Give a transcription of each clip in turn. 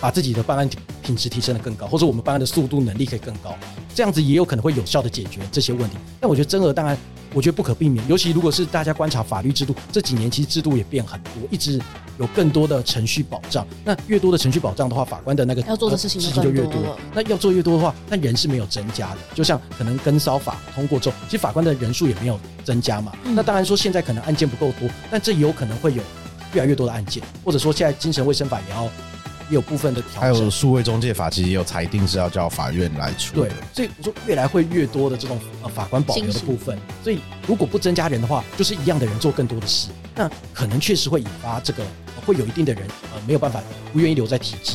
把自己的办案品质提升得更高，或者我们办案的速度能力可以更高，这样子也有可能会有效的解决这些问题。但我觉得增额当然我觉得不可避免，尤其如果是大家观察法律制度，这几年其实制度也变很多，一直有更多的程序保障。那越多的程序保障的话，法官的那个要做的事情就越多。那要做越多的话，那人是没有增加的。就像可能跟骚法通过之后，其实法官的人数也没有增加嘛。那当然说现在可能案件不够多，但这也有可能会有越来越多的案件，或者说现在精神卫生法也有部分的调整， 还有数位中介法其实也有裁定是要叫法院来处理。 对，所以我说越来会越多的这种法官保留的部分，所以如果不增加人的话，就是一样的人做更多的事，那可能确实会引发这个会有一定的人没有办法不愿意留在体制。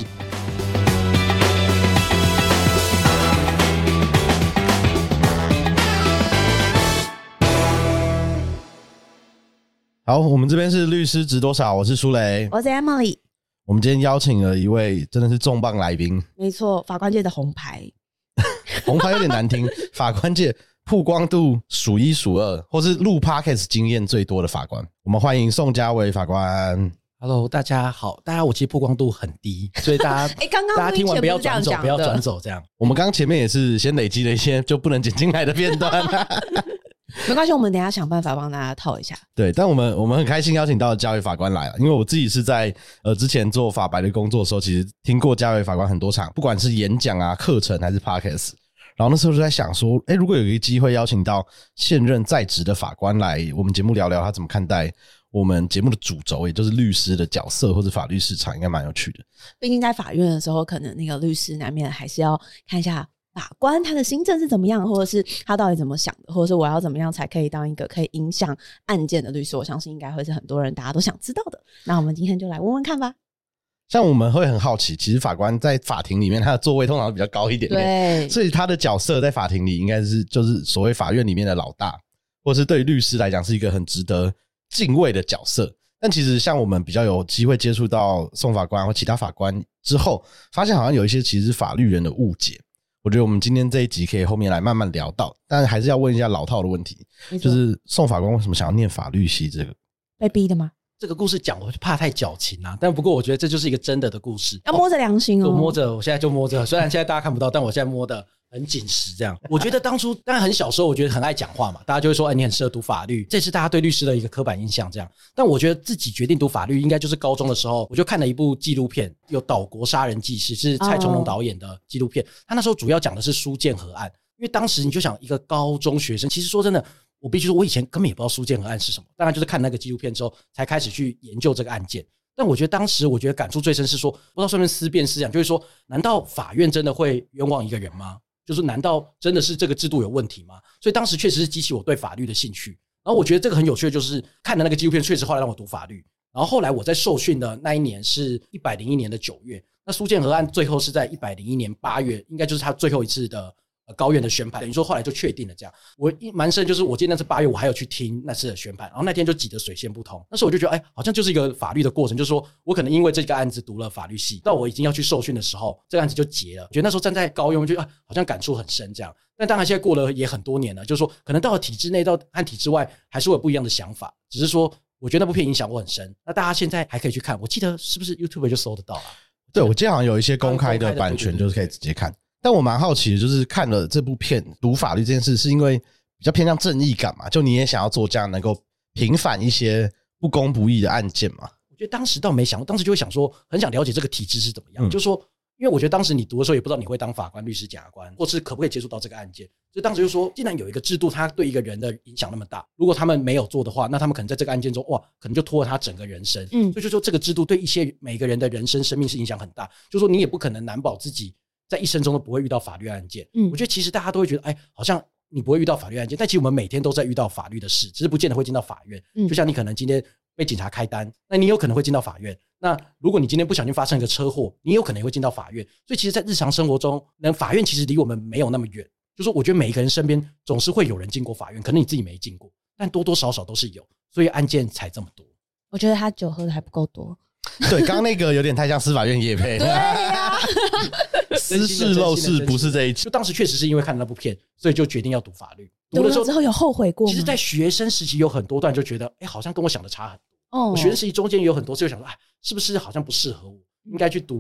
好，我们这边是律师值多少，我是舒雷， 我是 Emily。 我们今天邀请了一位真的是重磅来宾， 没错，法官界的红牌。 红牌有点难听，法官界曝光度数一数二，或是录 Podcast 经验最多的法官。我们欢迎宋家维法官。 Hello， 大家好，大家我其实曝光度很低，所以大家大家听完不要转走，不要转走这样。 我们刚前面也是先累积了一些就不能剪进来的片段。 没关系，我们等一下想办法帮大家套一下。 对，但我们很开心邀请到家维法官来了，因为我自己是在之前做法白的工作的时候，其实听过家维法官很多场，不管是演讲啊、课程还是 podcast。然后那时候就在想说，如果有一个机会邀请到现任在职的法官来我们节目聊聊他怎么看待我们节目的主轴，也就是律师的角色或者法律市场，应该蛮有趣的。 毕竟在法院的时候，可能那个律师难免还是要看一下法官他的心证是怎么样，或者是他到底怎么想的，或者是我要怎么样才可以当一个可以影响案件的律师，我相信应该会是很多人大家都想知道的。那我们今天就来问问看吧。 像我们会很好奇，其实法官在法庭里面他的座位通常比较高一点点，对，所以他的角色在法庭里应该是就是所谓法院里面的老大，或是对于律师来讲是一个很值得敬畏的角色。但其实像我们比较有机会接触到宋法官或其他法官之后，发现好像有一些其实是法律人的误解。我觉得我们今天这一集可以后面来慢慢聊到，但还是要问一下老套的问题，就是宋法官为什么想要念法律系？这个被逼的吗？ 这个故事讲我就怕太矫情啦，但不过我觉得这就是一个真的故事， 要摸着良心哦。 摸着，我现在就摸着，虽然现在大家看不到，但我现在摸的很紧实这样。我觉得当初当然很小时候，我觉得很爱讲话嘛，大家就会说你很适合读法律，这是大家对律师的一个刻板印象这样。但我觉得自己决定读法律应该就是高中的时候，我就看了一部纪录片，有《岛国杀人纪事》，是蔡崇隆导演的纪录片，他那时候主要讲的是苏建和案。因为当时你就想一个高中学生，其实说真的，我必须说我以前根本也不知道苏建和案是什么，当然就是看那个纪录片之后才开始去研究这个案件。但我觉得当时我觉得感触最深是说，不知道算不算思辨思想，就是说难道法院真的会冤枉一个人吗？就是难道真的是这个制度有问题吗？所以当时确实是激起我对法律的兴趣。然后我觉得这个很有趣的就是看了那个纪录片，确实后来让我读法律。然后后来我在受训的那一年是101年的9月，那苏建和案最后是在101年8月，应该就是他最后一次的高院的宣判，等于说后来就确定了这样。我蛮深，就是我记得那次8月我还有去听那次的宣判，然后那天就挤得水泄不通。那时候我就觉得好像就是一个法律的过程，就是说我可能因为这个案子读了法律系，到我已经要去受训的时候，这个案子就结了。觉得那时候站在高院，我觉得好像感触很深这样。但当然现在过了也很多年了，就是说可能到了体制内到和体制外还是会有不一样的想法，只是说我觉得那部片影响我很深。那大家现在还可以去看，我记得是不是 YouTube 就搜得到啊？ 对，我记得好像有一些公开的版权就是可以直接看。但我蛮好奇的，就是看了这部片读法律这件事，是因为比较偏向正义感嘛？就你也想要做这样能够平反一些不公不义的案件嘛？ 我觉得当时倒没想，当时就会想说，很想了解这个体制是怎么样。就是说，因为我觉得当时你读的时候也不知道你会当法官、律师、检察官，或是可不可以接触到这个案件。所以当时就说，既然有一个制度，它对一个人的影响那么大，如果他们没有做的话，那他们可能在这个案件中，可能就拖了他整个人生。所以就说这个制度对一些每个人的人生、生命是影响很大。就是说你也不可能难保自己在一生中都不会遇到法律案件。我觉得其实大家都会觉得好像你不会遇到法律案件，但其实我们每天都在遇到法律的事，只是不见得会进到法院。就像你可能今天被警察开单，那你有可能会进到法院。那如果你今天不小心发生一个车祸，你有可能会进到法院。所以其实在日常生活中，法院其实离我们没有那么远。就是说我觉得每一个人身边总是会有人经过法院，可能你自己没经过，但多多少少都是有，所以案件才这么多。 我觉得他酒喝的还不够多。 对，刚刚那个有点太像司法院业配。 对啊， 私事漏事不是这一集。 就当时确实是因为看了那部片，所以就决定要读法律。 读了之后有后悔过吗？ 其实在学生时期有很多段就觉得好像跟我想的差很多。我学生时期中间有很多次就想说是不是好像不适合我，应该去读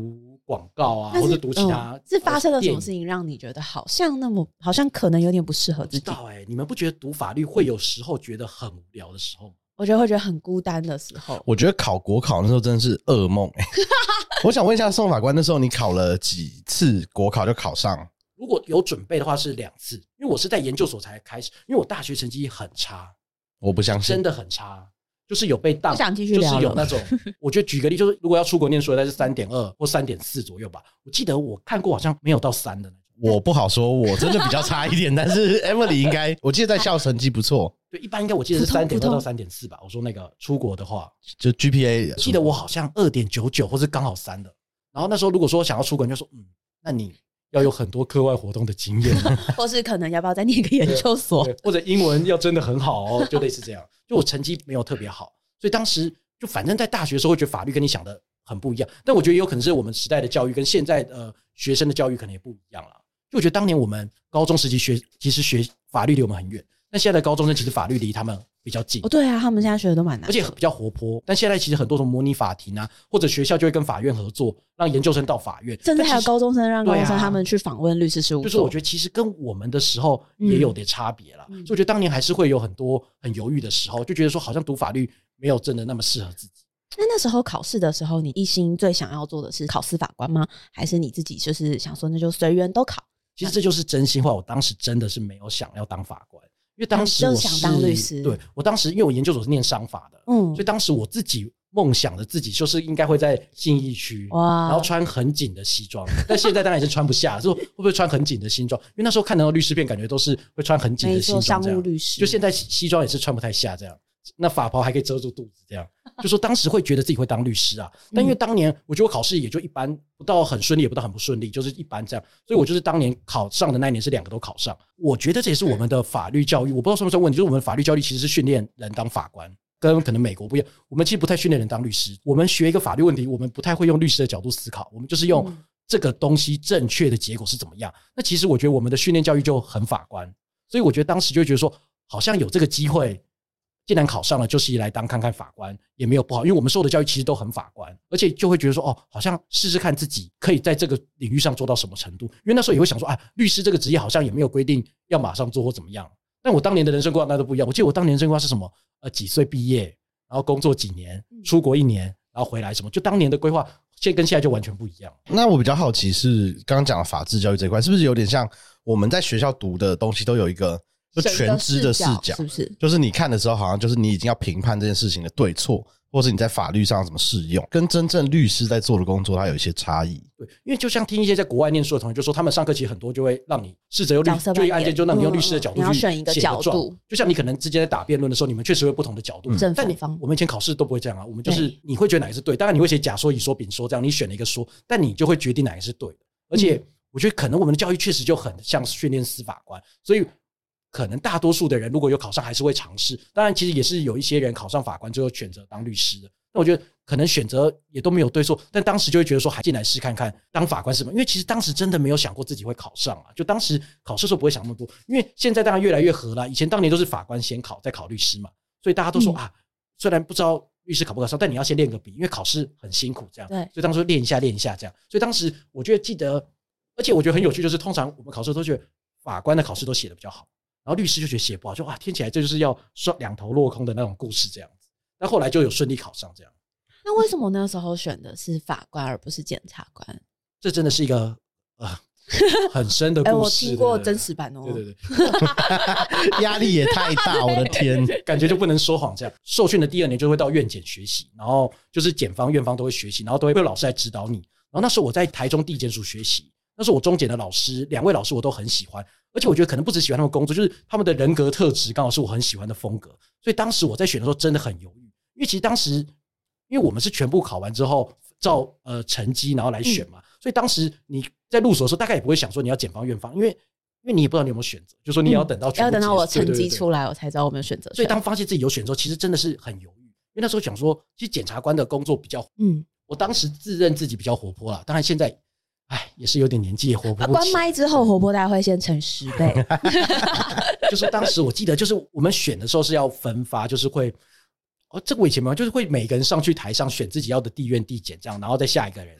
广告啊，或者读其他、 是发生了什么事情让你觉得好像可能有点不适合自己？ 不知道你们不觉得读法律会有时候觉得很无聊的时候吗？ 我觉得会觉得很孤单的时候。 我觉得考国考那时候真的是噩梦我想问一下宋法官，那时候你考了几次国考就考上？ 如果有准备的话是2次，因为我是在研究所才开始，因为我大学成绩很差。 我不相信， 真的很差，就是有被当， 不想继续聊了， 就是有那种我觉得举个例，就是如果要出国念书，大概是 3.2 或 3.4 左右吧。我记得我看过好像没有到3的那种。 我不好说，我真的比较差一点但是 Emily 应该我记得在校成绩不错。 对，一般应该我记得是 3.2 到 3.4 吧。我说那个出国的话就 GPA 记得我好像 2.99 或是刚好3的。然后那时候如果说想要出国，你就说那你要有很多课外活动的经验或是可能要不要再念个研究所或者英文要真的很好就类似这样。就我成绩没有特别好，所以当时就反正在大学的时候会觉得法律跟你想的很不一样，但我觉得也有可能是我们时代的教育跟现在学生的教育可能也不一样啦。就我觉得当年我们高中时期其实学法律离我们很远，但现在的高中生其实法律离他们比较近。 对啊，他们现在学的都蛮难的， 而且比较活泼。但现在其实很多种模拟法庭啊，或者学校就会跟法院合作，让研究生到法院， 甚至还有高中生让高中生他们去访问律师事务所。 就是我觉得其实跟我们的时候也有点差别啦。所以我觉得当年还是会有很多很犹豫的时候，就觉得说好像读法律没有真的那么适合自己。 那时候考试的时候，你一心最想要做的是考司法官吗？还是你自己就是想说那就随缘都考？ 其实这就是真心话，我当时真的是没有想要当法官，因为当时我就想当律师。 对，我当时因为我研究所是念商法的，所以当时我自己梦想的自己就是应该会在信义区，然后穿很紧的西装，但现在当然也是穿不下，说会不会穿很紧的西装？因为那时候看到律师片，感觉都是会穿很紧的西装， 商务律师， 就现在西装也是穿不太下这样。那法袍还可以遮住肚子，这样就说当时会觉得自己会当律师啊，但因为当年我觉得我考试也就一般，不到很顺利，也不到很不顺利，就是一般这样，所以我就是当年考上的那一年是2个都考上。我觉得这也是我们的法律教育，我不知道算不算问题，就是我们法律教育其实是训练人当法官，跟可能美国不一样，我们其实不太训练人当律师。我们学一个法律问题，我们不太会用律师的角度思考，我们就是用这个东西正确的结果是怎么样。那其实我觉得我们的训练教育就很法官，所以我觉得当时就会觉得说好像有这个机会，既然考上了，就是来当看看法官也没有不好，因为我们受的教育其实都很法官，而且就会觉得说好像试试看自己可以在这个领域上做到什么程度。因为那时候也会想说律师这个职业好像也没有规定要马上做或怎么样。但我当年的人生规划那都不一样，我记得我当年人生规划是什么几岁毕业，然后工作几年，出国1年，然后回来什么，就当年的规划现在跟现在就完全不一样。 那我比较好奇是刚刚讲的法治教育这一块，是不是有点像我们在学校读的东西都有一个就全知的视角， 是不是？ 就是你看的时候，好像就是你已经要评判这件事情的对错，或是你在法律上怎么适用，跟真正律师在做的工作，它有一些差异。 对，因为就像听一些在国外念书的同学就说，他们上课其实很多就会让你试着用就一案件，就让你用律师的角度去你要选一个角度。 就像你可能之间在打辩论的时候，你们确实会不同的角度，但我们以前考试都不会这样啊。我们就是你会觉得哪个是对，当然你会写甲说乙说丙说这样，你选了一个说，但你就会决定哪个是对的。而且我觉得可能我们的教育确实就很像训练司法官，所以可能大多数的人如果有考上还是会尝试，当然其实也是有一些人考上法官最后选择当律师的。那我觉得可能选择也都没有对错，但当时就会觉得说还进来试看看当法官是什么，因为其实当时真的没有想过自己会考上啊，就当时考试的时候不会想那么多，因为现在当然越来越合了，以前当年都是法官先考再考律师嘛，所以大家都说虽然不知道律师考不考上，但你要先练个笔，因为考试很辛苦这样，所以当时练一下这样，所以当时我觉得记得，而且我觉得很有趣，就是通常我们考试都觉得法官的考试都写得比较好，然后律师就觉得写不好，就听起来这就是要两头落空的那种故事这样子。但后来就有顺利考上这样。 那为什么那时候选的是法官而不是检察官？ 这真的是一个很深的故事。 我听过真实版哦。 对， 压力也太大，我的天， 感觉就不能说谎这样。受训的第2年就会到院检学习，然后就是检方院方都会学习，然后都会有老师来指导你。然后那时候我在台中地检署学习，那时候我中检的老师2位老师我都很喜欢，而且我觉得可能不只喜欢他们工作，就是他们的人格特质刚好是我很喜欢的风格。所以当时我在选的时候真的很犹豫，因为其实当时因为我们是全部考完之后照成绩然后来选嘛，所以当时你在入所的时候大概也不会想说你要检方院方，因为你也不知道你有没有选择，就说你也要等到要等到我成绩出来我才知道我没有选择。 所以当发现自己有选择，其实真的是很犹豫，因为那时候想说其实检察官的工作比较我当时自认自己比较活泼啦，当然现在也是有点年纪也活泼不起。 关麦之后活泼大概会先乘10倍。 就是当时我记得就是我们选的时候是要分发，就是会这个我以前没有，就是会每个人上去台上选自己要的地院地检这样，然后再下一个人，然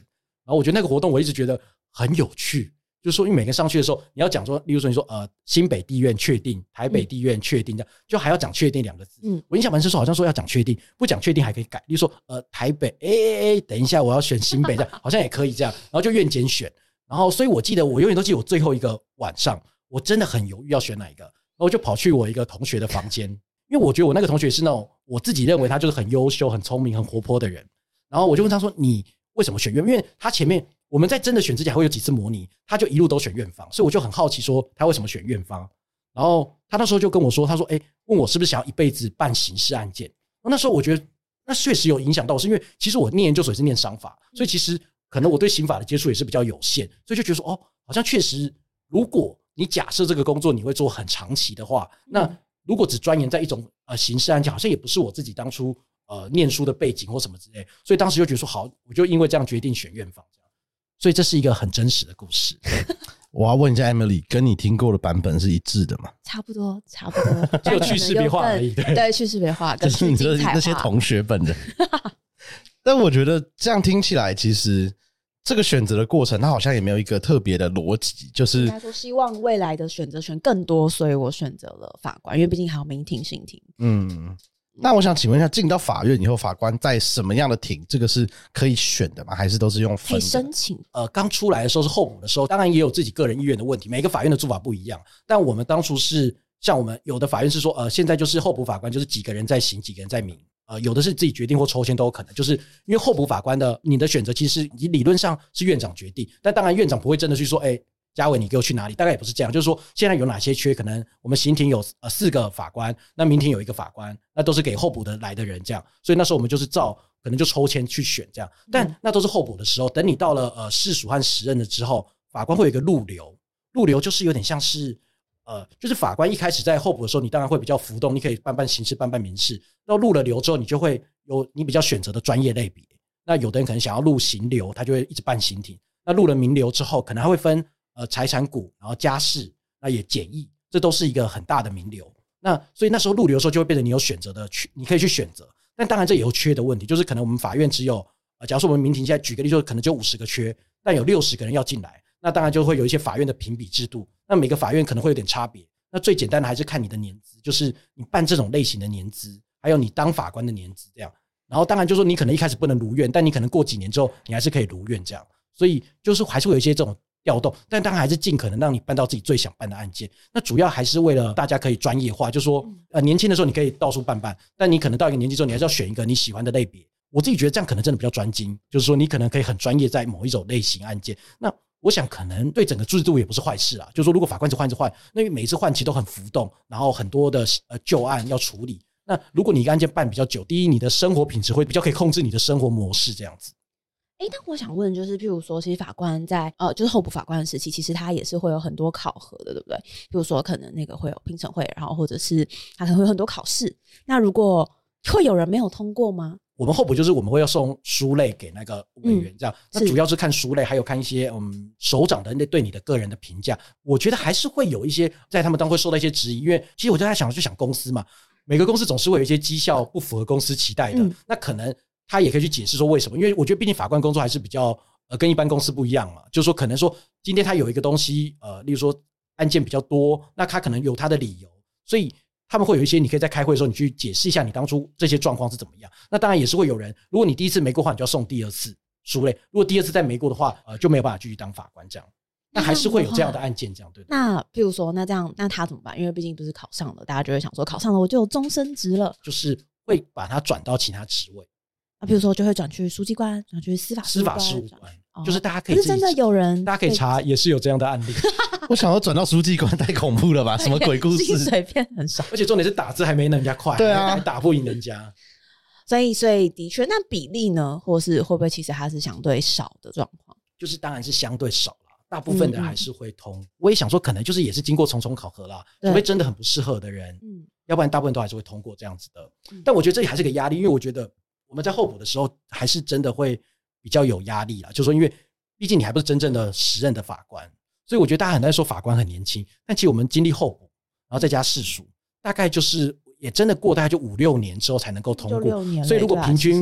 然后我觉得那个活动我一直觉得很有趣，就是说因为每个上去的时候你要讲说，例如说你说新北地院确定，台北地院确定，这样就还要讲确定2个字。我印象蛮深说好像说要讲确定，不讲确定还可以改，例如说台北等一下我要选新北这样好像也可以这样，然后就院检选，然后所以我永远都记得我最后一个晚上我真的很犹豫要选哪一个，然后我就跑去我一个同学的房间，因为我觉得我那个同学是那种我自己认为他就是很优秀很聪明很活泼的人，然后我就问他说你为什么选院？因为他前面我们在真的选之前还会有几次模拟，他就一路都选院方，所以我就很好奇说他为什么选院方。然后他那时候就跟我说，他说问我是不是想要一辈子办刑事案件。那时候我觉得那确实有影响到我，是因为其实我念研究所也是念商法，所以其实可能我对刑法的接触也是比较有限，所以就觉得说好像确实如果你假设这个工作你会做很长期的话，那如果只钻研在一种刑事案件，好像也不是我自己当初念书的背景或什么之类，所以当时就觉得说好，我就因为这样决定选院方这样。所以这是一个很真实的故事。 我要问一下 Emily， 跟你听过的版本是一致的吗？ 差不多， 只有去识别化而已。 对，去识别化跟就是你那些同学本人。但我觉得这样听起来，其实这个选择的过程，它好像也没有一个特别的逻辑，就是应该说希望未来的选择权更多，所以我选择了法官，因为毕竟还有民庭、刑庭。 那我想请问一下，进到法院以后，法官在什么样的庭，这个是可以选的吗？还是都是用分的？ 可以申请。 刚出来的时候是候补的时候，当然也有自己个人意愿的问题，每个法院的做法不一样。但我们当初是像我们有的法院是说，现在就是候补法官就是几个人在刑，几个人在民。有的是自己决定或抽签都有可能，就是因为候补法官的你的选择其实理论上是院长决定，但当然院长不会真的去说，嘉伟你给我去哪里，大概也不是这样，就是说现在有哪些缺，可能我们刑庭有4个法官，那民庭有1个法官，那都是给候补的来的人这样，所以那时候我们就是照可能就抽签去选这样，但那都是候补的时候，等你到了市属和时任了之后，法官会有一个入流就是有点像是就是法官一开始在候补的时候，你当然会比较浮动，你可以办刑事办民事，到入了流之后，你就会有你比较选择的专业类别，那有的人可能想要入刑流，他就会一直办刑庭，那入了民流之后，可能还会分财产股，然后家事，那也简易，这都是一个很大的名流。那所以那时候入流的时候就会变成你有选择的，你可以去选择。但当然这也有缺的问题，就是可能我们法院只有假如说我们民庭现在举个例，就可能就50个缺，但有60个人要进来，那当然就会有一些法院的评比制度，那每个法院可能会有点差别。那最简单的还是看你的年资，就是你办这种类型的年资，还有你当法官的年资这样。然后当然就是说你可能一开始不能如愿，但你可能过几年之后你还是可以如愿这样。所以就是还是会有一些这种调动，但当然还是尽可能让你办到自己最想办的案件。那主要还是为了大家可以专业化，就是说年轻的时候你可以到处办，但你可能到一个年纪之后，你还是要选一个你喜欢的类别。我自己觉得这样可能真的比较专精，就是说你可能可以很专业在某一种类型案件。那我想可能对整个制度也不是坏事啊，就是说如果法官一直换，那每一次换其实都很浮动，然后很多的旧案要处理。那如果你一个案件办比较久，第一你的生活品质会比较可以控制你的生活模式这样子。 但我想问就是譬如说其实法官在就是候补法官的时期，其实他也是会有很多考核的，对不对？譬如说可能那个会有评审会，然后或者是他可能会有很多考试，那如果会有人没有通过吗？ 我们候补就是我们会要送书类给那个委员这样，那主要是看书类，还有看一些首长的对你的个人的评价。我觉得还是会有一些在他们当中会受到一些质疑，因为其实我就在想公司嘛，每个公司总是会有一些绩效不符合公司期待的，那可能他也可以去解释说为什么，因为我觉得毕竟法官工作还是比较跟一般公司不一样嘛，就是说可能说今天他有一个东西例如说案件比较多，那他可能有他的理由，所以他们会有一些你可以在开会的时候你去解释一下你当初这些状况是怎么样。那当然也是会有人，如果你第一次没过的话，你就要送第二次书类，如果第二次再没过的话就没有办法继续当法官这样。那还是会有这样的案件这样，对。 那譬如说那这样那他怎么办？因为毕竟不是考上了，大家就会想说考上了我就有终身职了， 就是会把他转到其他职位比如说就会转去书记官，转去司法事务官， 就是大家可以自己， 可是真的有人大家可以查，也是有这样的案例。 我想要转到书记官太恐怖了吧？什么鬼故事？ 薪水变很少， 而且重点是打字还没人家快， 对啊， 还打不赢人家。 所以的确，那比例呢，或是会不会其实它是相对少的状况？ 就是当然是相对少啦，大部分的还是会通。我也想说，可能就是也是经过重重考核啦，除非真的很不适合的人，要不然大部分都还是会通过这样子的。但我觉得这里还是个压力，因为我觉得我们在候补的时候还是真的会比较有压力啦，就是说因为毕竟你还不是真正的时任的法官，所以我觉得大家很在说法官很年轻，但其实我们经历候补，然后再加世俗，大概就是也真的过大概就5-6年之后才能够通过。所以如果平均我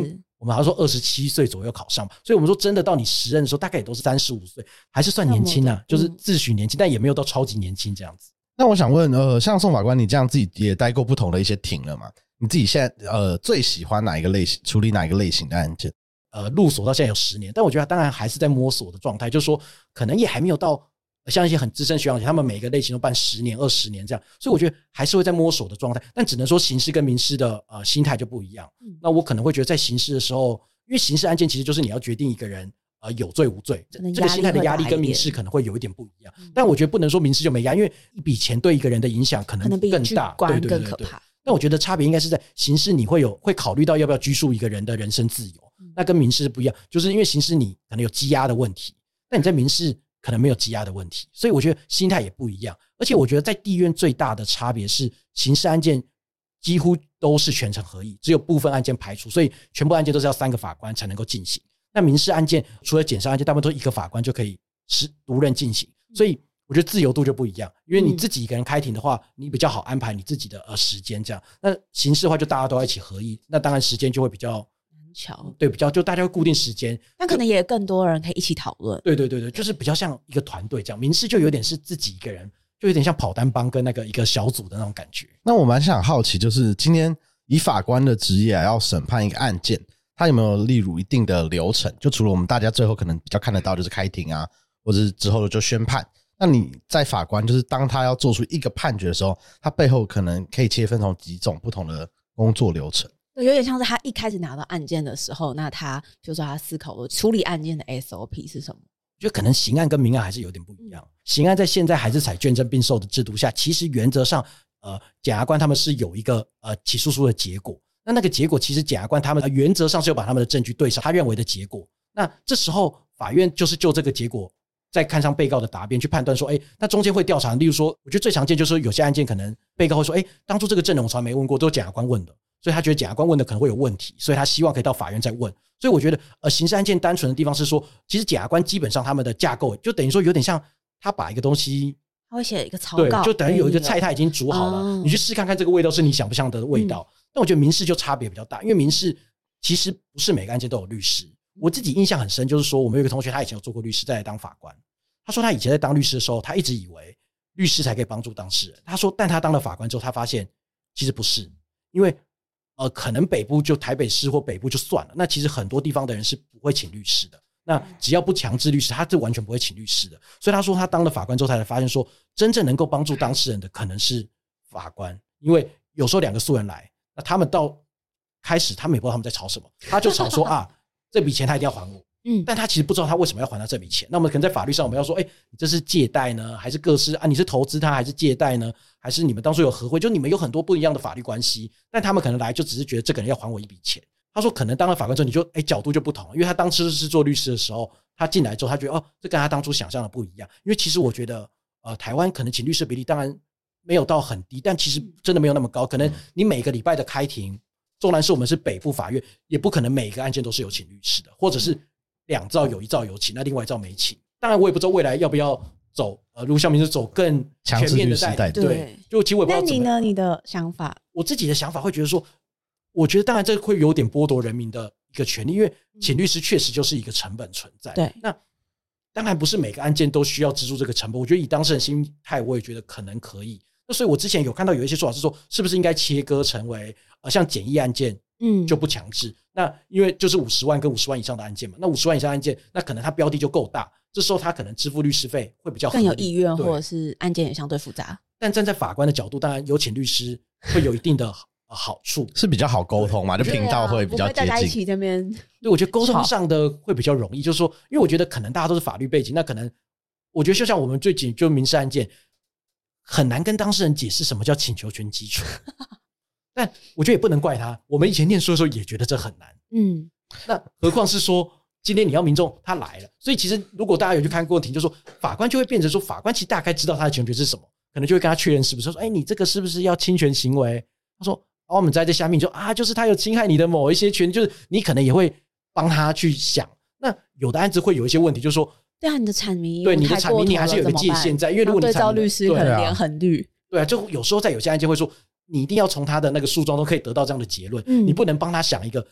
们好像说27岁左右考上嘛，所以我们说真的到你实任的时候大概也都是35岁，还是算年轻啊，就是自诩年轻，但也没有到超级年轻这样子。 那我想问像宋法官你这样自己也待过不同的一些庭了嘛，你自己现在最喜欢哪一个类型，处理哪一个类型的案件？ 入所到现在有10年，但我觉得当然还是在摸索的状态，就是说可能也还没有到像一些很资深学长姐他们每个类型都办10年20年这样，所以我觉得还是会在摸索的状态，但只能说刑事跟民事的心态就不一样。那我可能会觉得在刑事的时候，因为刑事案件其实就是你要决定一个人有罪无罪，这个心态的压力跟民事可能会有一点不一样，但我觉得不能说民事就没压力，因为一笔钱对一个人的影响可能更大， 对对对，更可怕。 但我觉得差别应该是在刑事你会考虑到要不要拘束一个人的人身自由，那跟民事不一样，就是因为刑事你可能有羁押的问题，但你在民事可能没有羁押的问题，所以我觉得心态也不一样。而且我觉得在地院最大的差别是刑事案件几乎都是全程合议，只有部分案件排除，所以全部案件都是要3个法官才能够进行。那民事案件除了检察案件大部分都1个法官就可以独任进行，所以我觉得自由度就不一样，因为你自己一个人开庭的话，你比较好安排你自己的时间这样。那刑事的话就大家都要一起合议，那当然时间就会比较难巧，对，比较就大家会固定时间， 但可能也更多人可以一起讨论。 对对对对，就是比较像一个团队这样。民事就有点是自己一个人，就有点像跑单帮跟一个小组的那种感觉。 那我蛮想好奇，就是今天以法官的职业要审判一个案件，他有没有例如一定的流程？就除了我们大家最后可能比较看得到就是开庭啊，或者是之后就宣判。那你在法官就是当他要做出一个判决的时候，他背后可能可以切分成几种不同的工作流程。 对，有点像是他一开始拿到案件的时候，那他比如说他思考了处理案件的 SOP 是什么。 我觉得可能刑案跟民案还是有点不一样。刑案在现在还是采卷证并受的制度下，其实原则上检察官他们是有一个起诉书的结果，那个结果其实检察官他们原则上是要把他们的证据对上他认为的结果，那这时候法院就是就这个结果再看上被告的答辩去判断说，那中间会调查，例如说我觉得最常见就是有些案件可能被告会说，当初这个证人我从来没问过，都是检察官问的，所以他觉得检察官问的可能会有问题，所以他希望可以到法院再问。所以我觉得刑事案件单纯的地方是说，其实检察官基本上他们的架构就等于说有点像他把一个东西， 他会写一个草稿， 对，就等于有一个菜他已经煮好了，你去试看看这个味道是你想不想得的味道。但我觉得民事就差别比较大，因为民事其实不是每个案件都有律师。我自己印象很深，就是说我们有一个同学他以前有做过律师，再来当法官，他说他以前在当律师的时候，他一直以为律师才可以帮助当事人，他说但他当了法官之后他发现其实不是，因为可能北部就台北市或北部就算了，那其实很多地方的人是不会请律师的，那只要不强制律师他是完全不会请律师的。所以他说他当了法官之后才发现说，真正能够帮助当事人的可能是法官，因为有时候2个素人来，那他们到开始他们也不知道他们在吵什么，他就吵说这笔钱他一定要还我，但他其实不知道他为什么要还他这笔钱。那我们可能在法律上我们要说，你这是借贷呢，还是各式你是投资他还是借贷呢，还是你们当初有合会，就你们有很多不一样的法律关系，但他们可能来就只是觉得这个人要还我一笔钱。他说可能当了法官之后你就角度就不同了，因为他当初是做律师的时候，他进来之后他觉得这跟他当初想象的不一样。因为其实我觉得台湾可能请律师的比例当然没有到很低，但其实真的没有那么高，可能你每个礼拜的开庭，纵然是我们是北部法院，也不可能每个案件都是有请律师的，或者是2造有1造有请，那另外1造没请。当然我也不知道未来要不要走如像民事走更全面的代理，对，就其实我也不知道怎么样。 那你呢？你的想法？ 我自己的想法会觉得说，我觉得当然这会有点剥夺人民的一个权利，因为请律师确实就是一个成本存在。 对， 那当然不是每个案件都需要支出这个成本，我觉得以当事人心态，我也觉得可能可以。那所以我之前有看到有一些说法是说，是不是应该切割成为像简易案件就不强制，那因为就是50万跟50万以上的案件嘛，那50万以上的案件那可能它标的就够大，这时候他可能支付律师费会比较合理， 更有意愿，或者是案件也相对复杂。 但站在法官的角度，当然有请律师会有一定的好处， 是比较好沟通嘛，就频道会比较接近， 大家一起这边。 对，我觉得沟通上的会比较容易，就是说因为我觉得可能大家都是法律背景，那可能我觉得就像我们最近就民事案件很难跟当事人解释什么叫请求权基础但我觉得也不能怪他，我们以前念书的时候也觉得这很难，那何况是说今天你要民众他来了，所以其实如果大家有去看过庭，就说法官就会变成说，法官其实大概知道他的权是什么，可能就会跟他确认是不是，说你这个是不是要侵权行为，他说我们在这下面就就是他有侵害你的某一些权利，就是你可能也会帮他去想。那有的案子会有一些问题，就是说对你的阐明， 对你的阐明你还是有一个界限在，因为如果你对照律师可能脸很绿， 对啊，就有时候在有些案件会说你一定要从他的那个诉状都可以得到这样的结论，你不能帮他想一个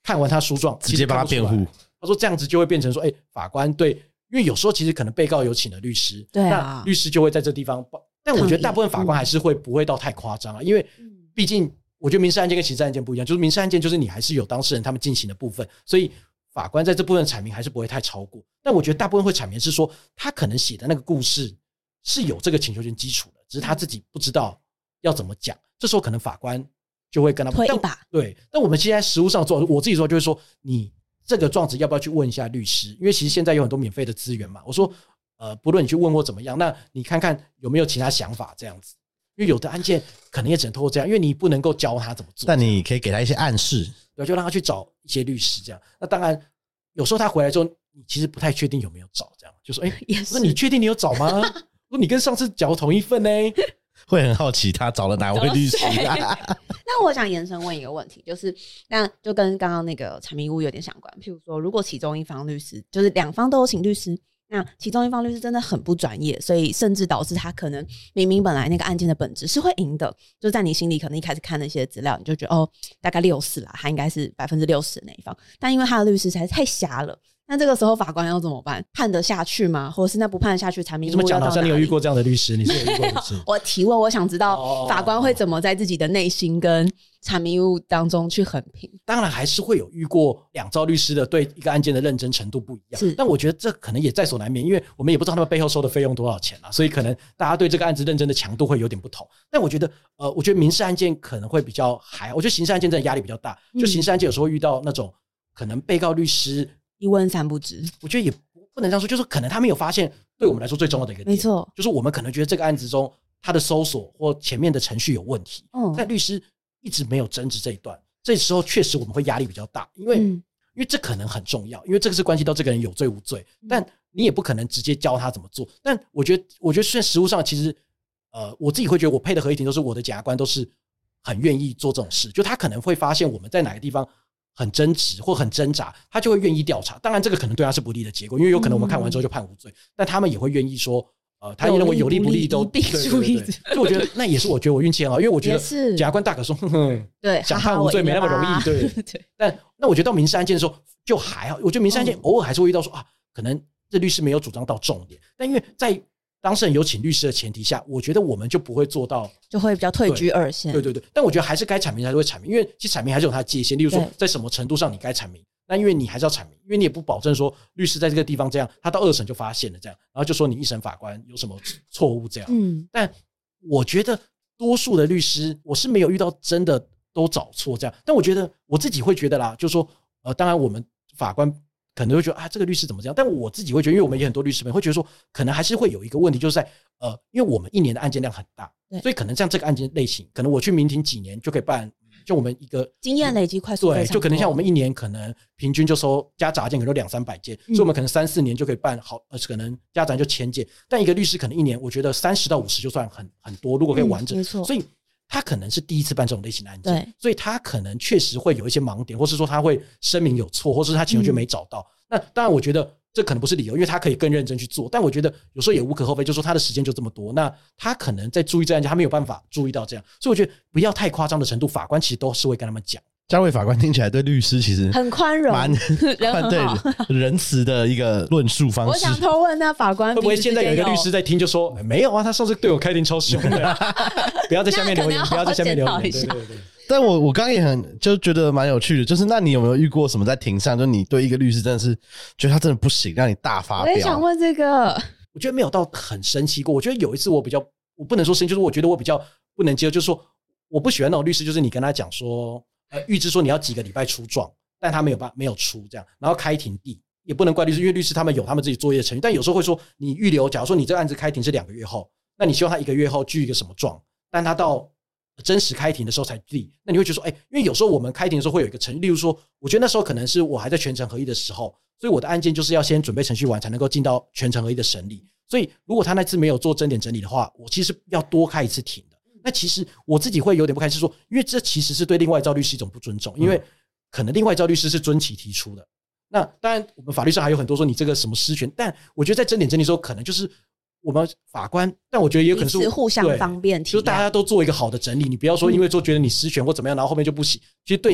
看完他书状直接帮他辩护。 他说这样子就会变成说，法官对，因为有时候其实可能被告有请了律师， 对那律师就会在这地方，但我觉得大部分法官还是不会到太夸张啊，因为毕竟我觉得民事案件跟刑事案件不一样，就是民事案件就是你还是有当事人他们进行的部分，所以法官在这部分的阐明还是不会太超过。但我觉得大部分会阐明是说，他可能写的那个故事是有这个请求权基础的，只是他自己不知道要怎么讲，这时候可能法官就会跟他推一把。 对，但我们现在实务上做，我自己说就是说，你这个状子要不要去问一下律师？因为其实现在有很多免费的资源嘛。我说，不论你去问或怎么样，那你看看有没有其他想法这样子。因为有的案件可能也只能透过这样，因为你不能够教他怎么做， 但你可以给他一些暗示， 对，就让他去找一些律师这样。那当然，有时候他回来之后，你其实不太确定有没有找，这样就说，我说你确定你有找吗？我说你跟上次缴同一份呢， 会很好奇他找了哪位律师。 那我想延伸问一个问题，就是那就跟刚刚那个阐明屋有点相关。譬如说，如果其中一方律师就是两方都有请律师，那其中一方律师真的很不专业，所以甚至导致他可能明明本来那个案件的本质是会赢的，就在你心里可能一开始看那些资料，你就觉得大概60%啦，他应该是60%的那一方，但因为他的律师实在太瞎了。那这个时候法官要怎么办？判得下去吗？或者是那不判得下去，阐明屋怎么讲？好像你有遇过这样的律师，你是有遇过的是？ 我提问，我想知道法官会怎么在自己的内心跟阐明屋当中去衡平。 当然还是会有遇过两招律师的对一个案件的认真程度不一样，但我觉得这可能也在所难免，因为我们也不知道他们背后收的费用多少钱啊，所以可能大家对这个案子认真的强度会有点不同。但我觉得民事案件可能会比较还好，我觉得刑事案件真的压力比较大，就刑事案件有时候遇到那种可能被告律师一问三不知， 我觉得也不能这样说，就是可能他没有发现对我们来说最重要的一个点， 没错， 就是我们可能觉得这个案子中他的搜索或前面的程序有问题，但律师一直没有争执这一段，这时候确实我们会压力比较大，因为这可能很重要，因为这个是关系到这个人有罪无罪，但你也不可能直接教他怎么做。但我觉得虽然实务上其实我自己会觉得我配的合议庭都是我的检察官都是很愿意做这种事，就他可能会发现我们在哪个地方很争执或很挣扎，他就会愿意调查。当然这个可能对他是不利的结果，因为有可能我们看完之后就判无罪，但他们也会愿意说他认为有利不利都必注意。 所以我觉得那也是我觉得我运气很好，因为我觉得检察官大可说对， 想判无罪没那么容易，对。但那我觉得到民事案件的时候就还好，我觉得民事案件偶尔还是会遇到说可能这律师没有主张到重点，但因为在当事人有请律师的前提下，我觉得我们就不会做到， 就会比较退居二线。 对，但我觉得还是该阐明还是会阐明，因为其实阐明还是有它的界限，例如说在什么程度上你该阐明，那因为你还是要阐明，因为你也不保证说律师在这个地方这样，他到2审就发现了这样，然后就说你1审法官有什么错误这样。但我觉得多数的律师我是没有遇到真的都找错这样，但我觉得我自己会觉得啦，就是说当然我们法官可能会觉得这个律师怎么这样，但我自己会觉得，因为我们也很多律师们会觉得说，可能还是会有一个问题，就是在因为我们1年的案件量很大，所以可能像这个案件类型，可能我去民庭几年就可以办，就我们一个经验累积快速， 对，就可能像我们1年可能平均就收加杂件可能200-300件，所以我们可能3-4年就可以办好，可能加杂件就1000件，但一个律师可能1年，我觉得30到50就算很多，如果可以完整， 没错， 所以他可能是第一次办这种类型的案件，所以他可能确实会有一些盲点，或是说他会声明有错，或是他请求权没找到。那当然我觉得这可能不是理由，因为他可以更认真去做，但我觉得有时候也无可厚非，就是说他的时间就这么多，那他可能在注意这案件他没有办法注意到这样，所以我觉得不要太夸张的程度，法官其实都是会跟他们讲。 嘉伟法官听起来对律师其实很宽容， 蛮对仁慈的一个论述方式。 我想偷问，那法官会不会现在有一个律师在听就说没有啊，他上次对我开庭超凶的不要在下面留言，不要在下面留言，对。 但我刚刚也就觉得蛮有趣的，就是那你有没有遇过什么在庭上，就你对一个律师真的是觉得他真的不行，让你大发飙？ 我也想问这个。 我觉得没有到很生气过，我觉得有一次我不能说生气，就是我觉得我比较不能接受，就是说我不喜欢那种律师，就是你跟他讲说预知说你要几个礼拜出状，但他没有出这样，然后开庭地也不能怪律师，因为律师他们有他们自己作业的程序，但有时候会说你预留，假如说你这个案子开庭是2个月后，那你希望他1个月后具一个什么状，但他到真实开庭的时候才立，那你会觉得说因为有时候我们开庭的时候会有一个程序，例如说我觉得那时候可能是我还在全程合议的时候，所以我的案件就是要先准备程序完才能够进到全程合议的审理，所以如果他那次没有做争点整理的话，我其实要多开一次庭的。那其实我自己会有点不开心，是说因为这其实是对另外一招律师一种不尊重，因为可能另外一招律师是遵期提出的，那当然我们法律上还有很多说你这个什么失权，但我觉得在争点整理的时候可能就是我们法官，但我觉得也有可能是互相方便， 就是大家都做一个好的整理，你不要说因为说觉得你失权或怎么样，然后后面就不行，其实对你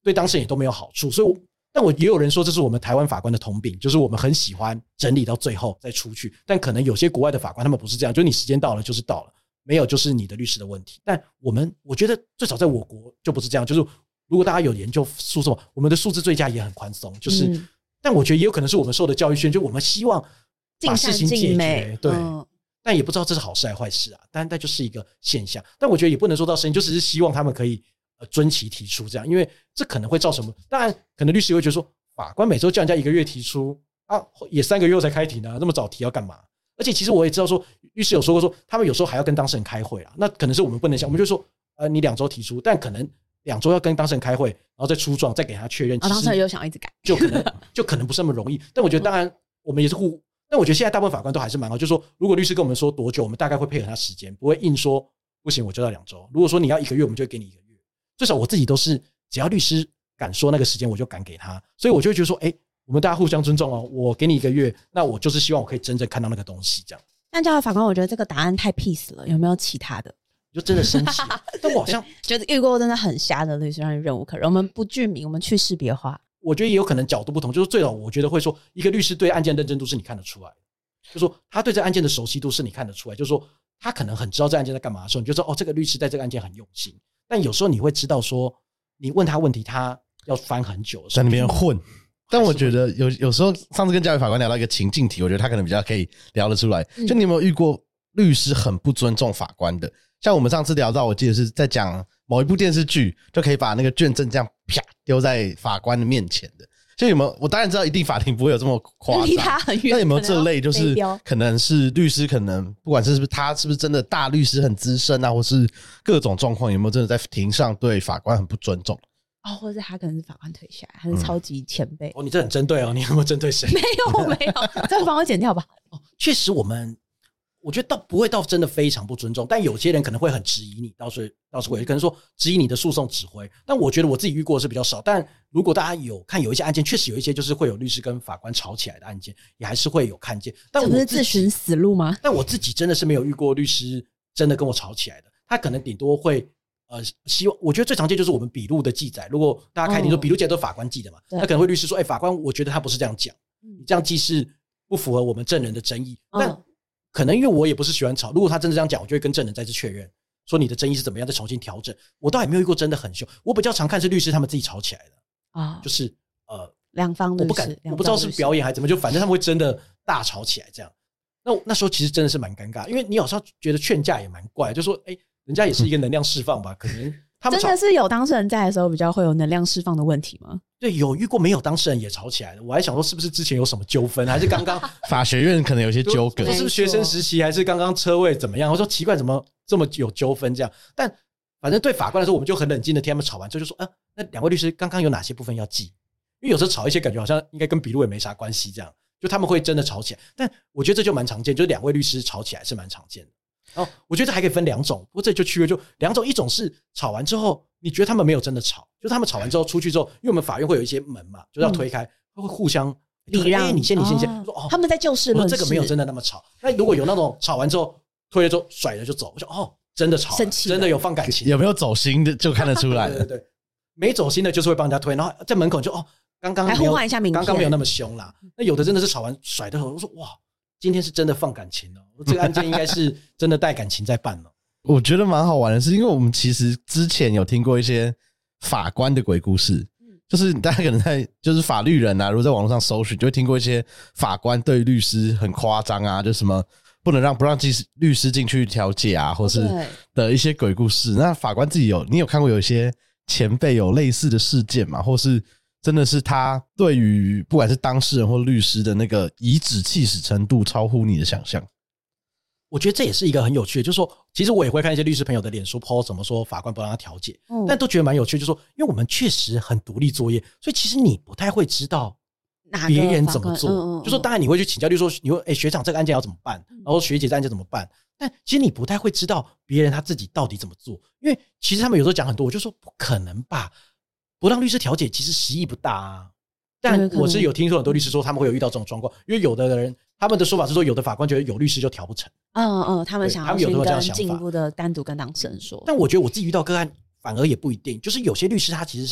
对当事人也都没有好处。所以但我也有人说这是我们台湾法官的通病，就是我们很喜欢整理到最后再出去，但可能有些国外的法官他们不是这样，就是你时间到了就是到了，没有就是你的律师的问题。但我觉得最少在我国就不是这样，就是如果大家有研究诉讼，我们的数字最佳也很宽松，就是但我觉得也有可能是我们受的教育训练，就我们希望把事情解决，对，但也不知道这是好事还是坏事啊，但就是一个现象。但我觉得也不能说到声音，就只是希望他们可以遵期提出这样，因为这可能会造成当然可能律师会觉得说，法官每周叫人家1个月提出啊，也3个月后才开庭啊，那么早提要干嘛？而且其实我也知道说，律师有说过说，他们有时候还要跟当事人开会啊，那可能是我们不能想，我们就说你2周提出，但可能2周要跟当事人开会，然后再出状，再给他确认， 当事人又想一直改， 就可能不是那么容易。但我觉得当然我们也是但我觉得现在大部分法官都还是蛮好，就是说如果律师跟我们说多久，我们大概会配合他时间，不会硬说不行我就要2周。如果说你要1个月，我们就会给你1个月。最少我自己都是只要律师敢说那个时间，我就敢给他。所以我就会觉得说，我们大家互相尊重哦，我给你1个月，那我就是希望我可以真正看到那个东西这样。 但教育法官，我觉得这个答案太 peace 了，有没有其他的？ 就真的生气，但我好像觉得遇过真的很瞎的律师让你忍无可忍。我们不具名，我们去识别化。 我觉得也有可能角度不同，就是最早我觉得会说，一个律师对案件认真度是你看得出来的，就是说他对这案件的熟悉度是你看得出来，就是说他可能很知道这案件在干嘛的时候，你就说这个律师在这个案件很用心。但有时候你会知道说，你问他问题，他要翻很久的时候， 在那边混。但我觉得有时候上次跟教育法官聊到一个情境题，我觉得他可能比较可以聊得出来。就你有没有遇过律师很不尊重法官的？像我们上次聊到，我记得是在讲某一部电视剧，就可以把那个卷证这样啪丢在法官的面前的。就有没有？我当然知道一定法庭不会有这么夸张， 离他很远。 那有没有这类就是可能是律师，可能不管是不是他是不是真的大律师很资深啊，或是各种状况，有没有真的在庭上对法官很不尊重？ 或者他可能是法官退下来，他是超级前辈。 你这很针对哦，你有没有针对谁？ 没有，这个帮我剪掉吧。 确实我觉得倒不会到真的非常不尊重，但有些人可能会很质疑你，倒是会可能说质疑你的诉讼指挥。但我觉得我自己遇过的是比较少。但如果大家有看有一些案件，确实有一些就是会有律师跟法官吵起来的案件，也还是会有看见。但这不是自寻死路吗？ 但我自己真的是没有遇过律师真的跟我吵起来的。他可能顶多会希望，我觉得最常见就是我们笔录的记载。如果大家开庭说笔录记载都是法官记的嘛，那可能会律师说，法官，我觉得他不是这样讲，你这样记是不符合我们证人的争议。但可能因为我也不是喜欢吵，如果他真的这样讲，我就会跟证人再次确认，说你的争议是怎么样，再重新调整。我倒也没有遇过真的很凶，我比较常看是律师他们自己吵起来的就是两方的， 我不知道是表演还是怎么，就反正他们会真的大吵起来这样。那时候其实真的是蛮尴尬，因为你有时候觉得劝架也蛮怪，就说人家也是一个能量释放吧，可能他们真的是有当事人在的时候比较会有能量释放的问题吗？ 对，有遇过没有当事人也吵起来的。我还想说是不是之前有什么纠纷，还是刚刚法学院可能有些纠葛， 是不是学生时期，还是刚刚车位怎么样？我说奇怪，怎么这么有纠纷这样？但反正对法官来说，我们就很冷静的听他们吵完之后就说，那2位律师刚刚有哪些部分要记？因为有时候吵一些感觉好像应该跟笔录也没啥关系这样，就他们会真的吵起来。但我觉得这就蛮常见，就是2位律师吵起来是蛮常见的。我觉得还可以分2种，不过这就区别就2种，一种是吵完之后你觉得他们没有真的吵，就是他们吵完之后出去之后，因为我们法院会有一些门嘛，就是要推开，会互相礼让， 你先，说他们在就事论事， 这个没有真的那么吵。那如果有那种吵完之后推了之后甩了就走，我说真的吵了，真的有放感情， 有没有走心的就看得出来了。 对，没走心的就是会帮人家推，然后在门口就刚刚还互换一下名片， 刚刚没有那么凶啦。那有的真的是吵完甩的，我说哇，今天是真的放感情了，这个案件应该是真的带感情在办了。 我觉得蛮好玩的是，因为我们其实之前有听过一些法官的鬼故事，就是大家可能在就是法律人啊，如果在网络上搜寻，就会听过一些法官对律师很夸张啊，就什么不让律师进去调解啊，或是的一些鬼故事。那法官自己你有看过有一些前辈有类似的事件吗？或是真的是他对于不管是当事人或律师的那个颐指气使程度超乎你的想象？ 我觉得这也是一个很有趣的，就是说其实我也会看一些律师朋友的脸书 po 怎么说法官不让他调解，但都觉得蛮有趣，就是说因为我们确实很独立作业，所以其实你不太会知道别人怎么做，就说当然你会去请教，例如说你会学长这个案件要怎么办，然后学姐这个案件怎么办，但其实你不太会知道别人他自己到底怎么做，因为其实他们有时候讲很多，我就说不可能吧，不让律师调解其实实意不大啊。但我是有听说很多律师说他们会有遇到这种状况，因为有的人他们的说法是说有的法官觉得有律师就调不成， 他们想要去跟进一步的单独跟当事人说。 但我觉得我自己遇到个案反而也不一定，就是有些律师他其实是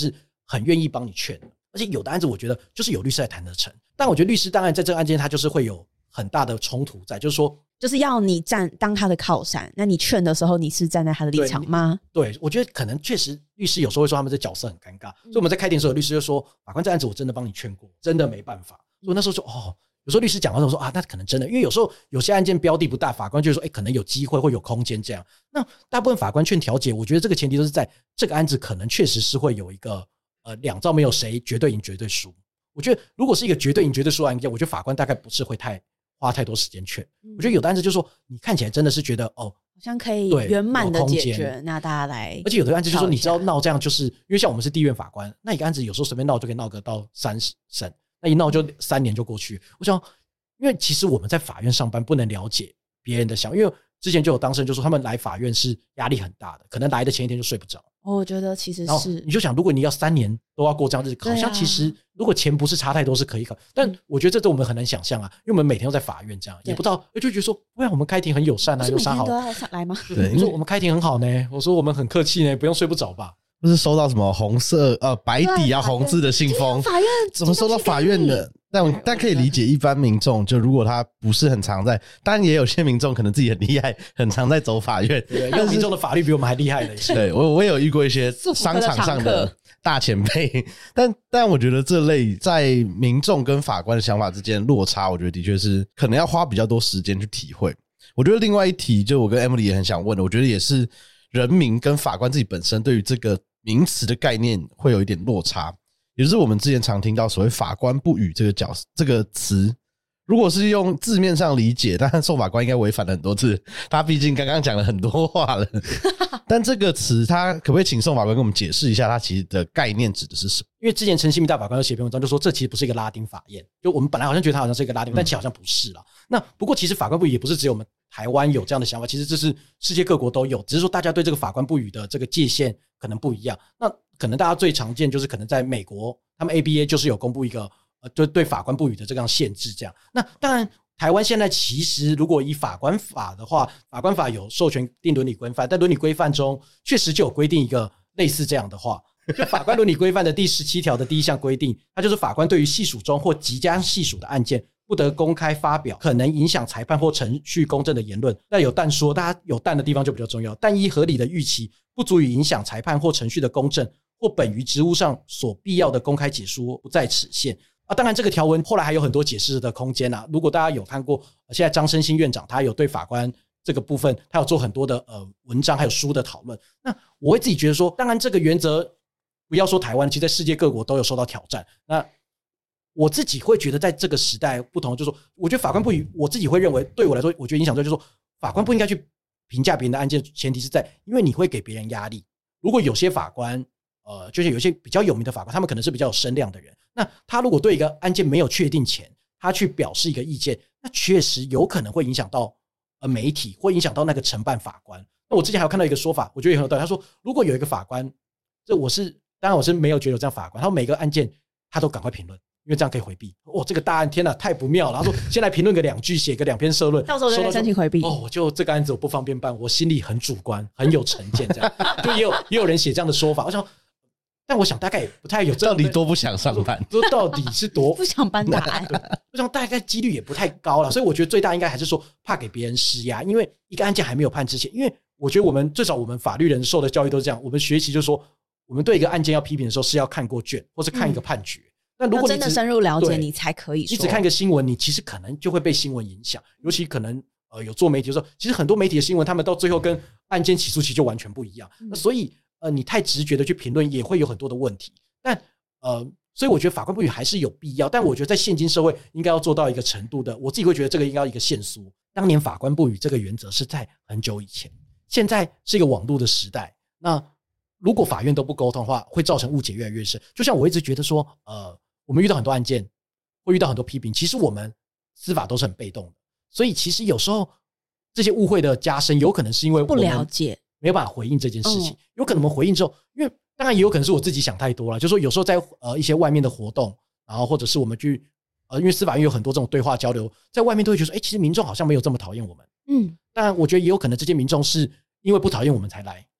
很愿意帮你劝的，而且有的案子我觉得就是有律师来谈得成。但我觉得律师当然在这个案件他就是会有很大的冲突在，就是说就是要你当他的靠山，那你劝的时候你是站在他的立场吗？ 对，我觉得可能确实律师有时候会说他们这角色很尴尬，所以我们在开庭的时候律师就说法官这案子我真的帮你劝过，真的没办法。所以我那时候就有时候律师讲完之后说那可能真的，因为有时候有些案件标的不大，法官就说可能有机会会有空间这样。那大部分法官劝调解，我觉得这个前提都是在这个案子可能确实是会有一个两造没有谁绝对赢绝对输。我觉得如果是一个绝对赢绝对输的案件，我觉得法官大概不是会花太多时间劝。我觉得有的案子就是说你看起来真的是觉得好像可以圆满的解决，那大家来。 而且有的案子就是说你知道闹这样，就是因为像我们是地院法官，那一个案子有时候随便闹就可以闹个到3审，那一闹就3年就过去。我想因为其实我们在法院上班不能了解别人的想法，因为之前就有当事人就说他们来法院是压力很大的，可能来的前一天就睡不着。 我觉得其实是， 你就想如果你要3年都要过这样日子，好像其实如果钱不是差太多是可以考，但我觉得这我们很难想象啊，因为我们每天都在法院这样，也不知道就觉得说不然我们开庭很友善啊，有啥好？ 每天都要上来吗？ 对，我说我们开庭很好呢，我说我们很客气呢，不用睡不着吧？ 不是收到什么红色白底红字的信封， 法院怎么收到法院的？但可以理解一般民众，就如果他不是很常在，当然也有些民众可能自己很厉害，很常在走法院。 对，因为民众的法律比我们还厉害的。 对，我也有遇过一些商场上的大前辈，但我觉得这类在民众跟法官的想法之间落差，我觉得的确是可能要花比较多时间去体会。我觉得另外一题，就我跟 Emily 也很想问的，我觉得也是人民跟法官自己本身对于这个名词的概念会有一点落差。也就是我们之前常听到所谓法官不语这个词，如果是用字面上理解，但受法官应该违反了很多次，他毕竟刚刚讲了很多话了。但这个词他可不可以请受法官跟我们解释一下它其实的概念指的是什么？ 因为之前陈希明大法官有写篇文章就说这其实不是一个拉丁法院，就我们本来好像觉得它好像是一个拉丁，但其实好像不是啦。那不过其实法官不语也不是只有我们台湾有这样的想法，其实这是世界各国都有，只是说大家对这个法官不语的这个界限可能不一样。那可能大家最常见就是可能在美国他们 ABA 就是有公布一个就对法官不语的这样限制这样。那当然台湾现在其实如果以法官法的话，法官法有授权定伦理规范，但伦理规范中确实就有规定一个类似这样的话，就法官伦理规范的第17条的第1项规定，它就是法官对于系属中或即将系属的案件不得公开发表可能影响裁判或程序公正的言论。那有但说，大家有但的地方就比较重要，但依合理的预期不足以影响裁判或程序的公正，或本于职务上所必要的公开解说不在此限。当然这个条文后来还有很多解释的空间啊。如果大家有看过现在张升新院长他有对法官这个部分他有做很多的文章还有书的讨论。那我会自己觉得说，当然这个原则不要说台湾，其实在世界各国都有受到挑战。那我自己会觉得在这个时代不同，就是说我觉得法官不语，我自己会认为对我来说我觉得影响最就是说法官不应该去评价别人的案件，前提是在因为你会给别人压力。如果有些法官就是有些比较有名的法官，他们可能是比较有声量的人，那他如果对一个案件没有确定前他去表示一个意见，那确实有可能会影响到媒体，会影响到那个承办法官。那我之前还有看到一个说法，我觉得也很有道理，他说如果有一个法官，当然我是没有觉得有这样法官，他说每个案件他都赶快评论，因为这样可以回避。这个大案天哪太不妙了，他说先来评论个2句，写个2篇社论， 到时候就申请回避。 就这个案子我不方便办，我心里很主观很有成见这样。就也有人写这样的说法，我想但我想大概也不太有到底多不想上班， 到底是多不想搬答案， 我想大概几率也不太高了。所以我觉得最大应该还是说怕给别人施压，因为一个案件还没有判之前，因为我觉得最少我们法律人受的教育都是这样，我们学习就是说我们对一个案件要批评的时候是要看过卷或是看一个判决。那如果你真的深入了解你才可以说， 你只看一个新闻，你其实可能就会被新闻影响，尤其可能有做媒体的时候，其实很多媒体的新闻他们到最后跟案件起诉期就完全不一样。那所以你太直觉的去评论也会有很多的问题。但所以我觉得法官不语还是有必要，但我觉得在现今社会应该要做到一个程度的，我自己会觉得这个应该要一个限缩。当年法官不语这个原则是在很久以前，现在是一个网络的时代，那如果法院都不沟通的话，会造成误解越来越深。就像我一直觉得说我们遇到很多案件会遇到很多批评，其实我们司法都是很被动的，所以其实有时候这些误会的加深有可能是因为我们不了解没有办法回应这件事情。有可能我们回应之后，因为当然也有可能是我自己想太多了，就是说有时候在一些外面的活动，然后或者是我们去因为司法院有很多这种对话交流，在外面都会觉得说其实民众好像没有这么讨厌我们。当然我觉得也有可能这些民众是因为不讨厌我们才来，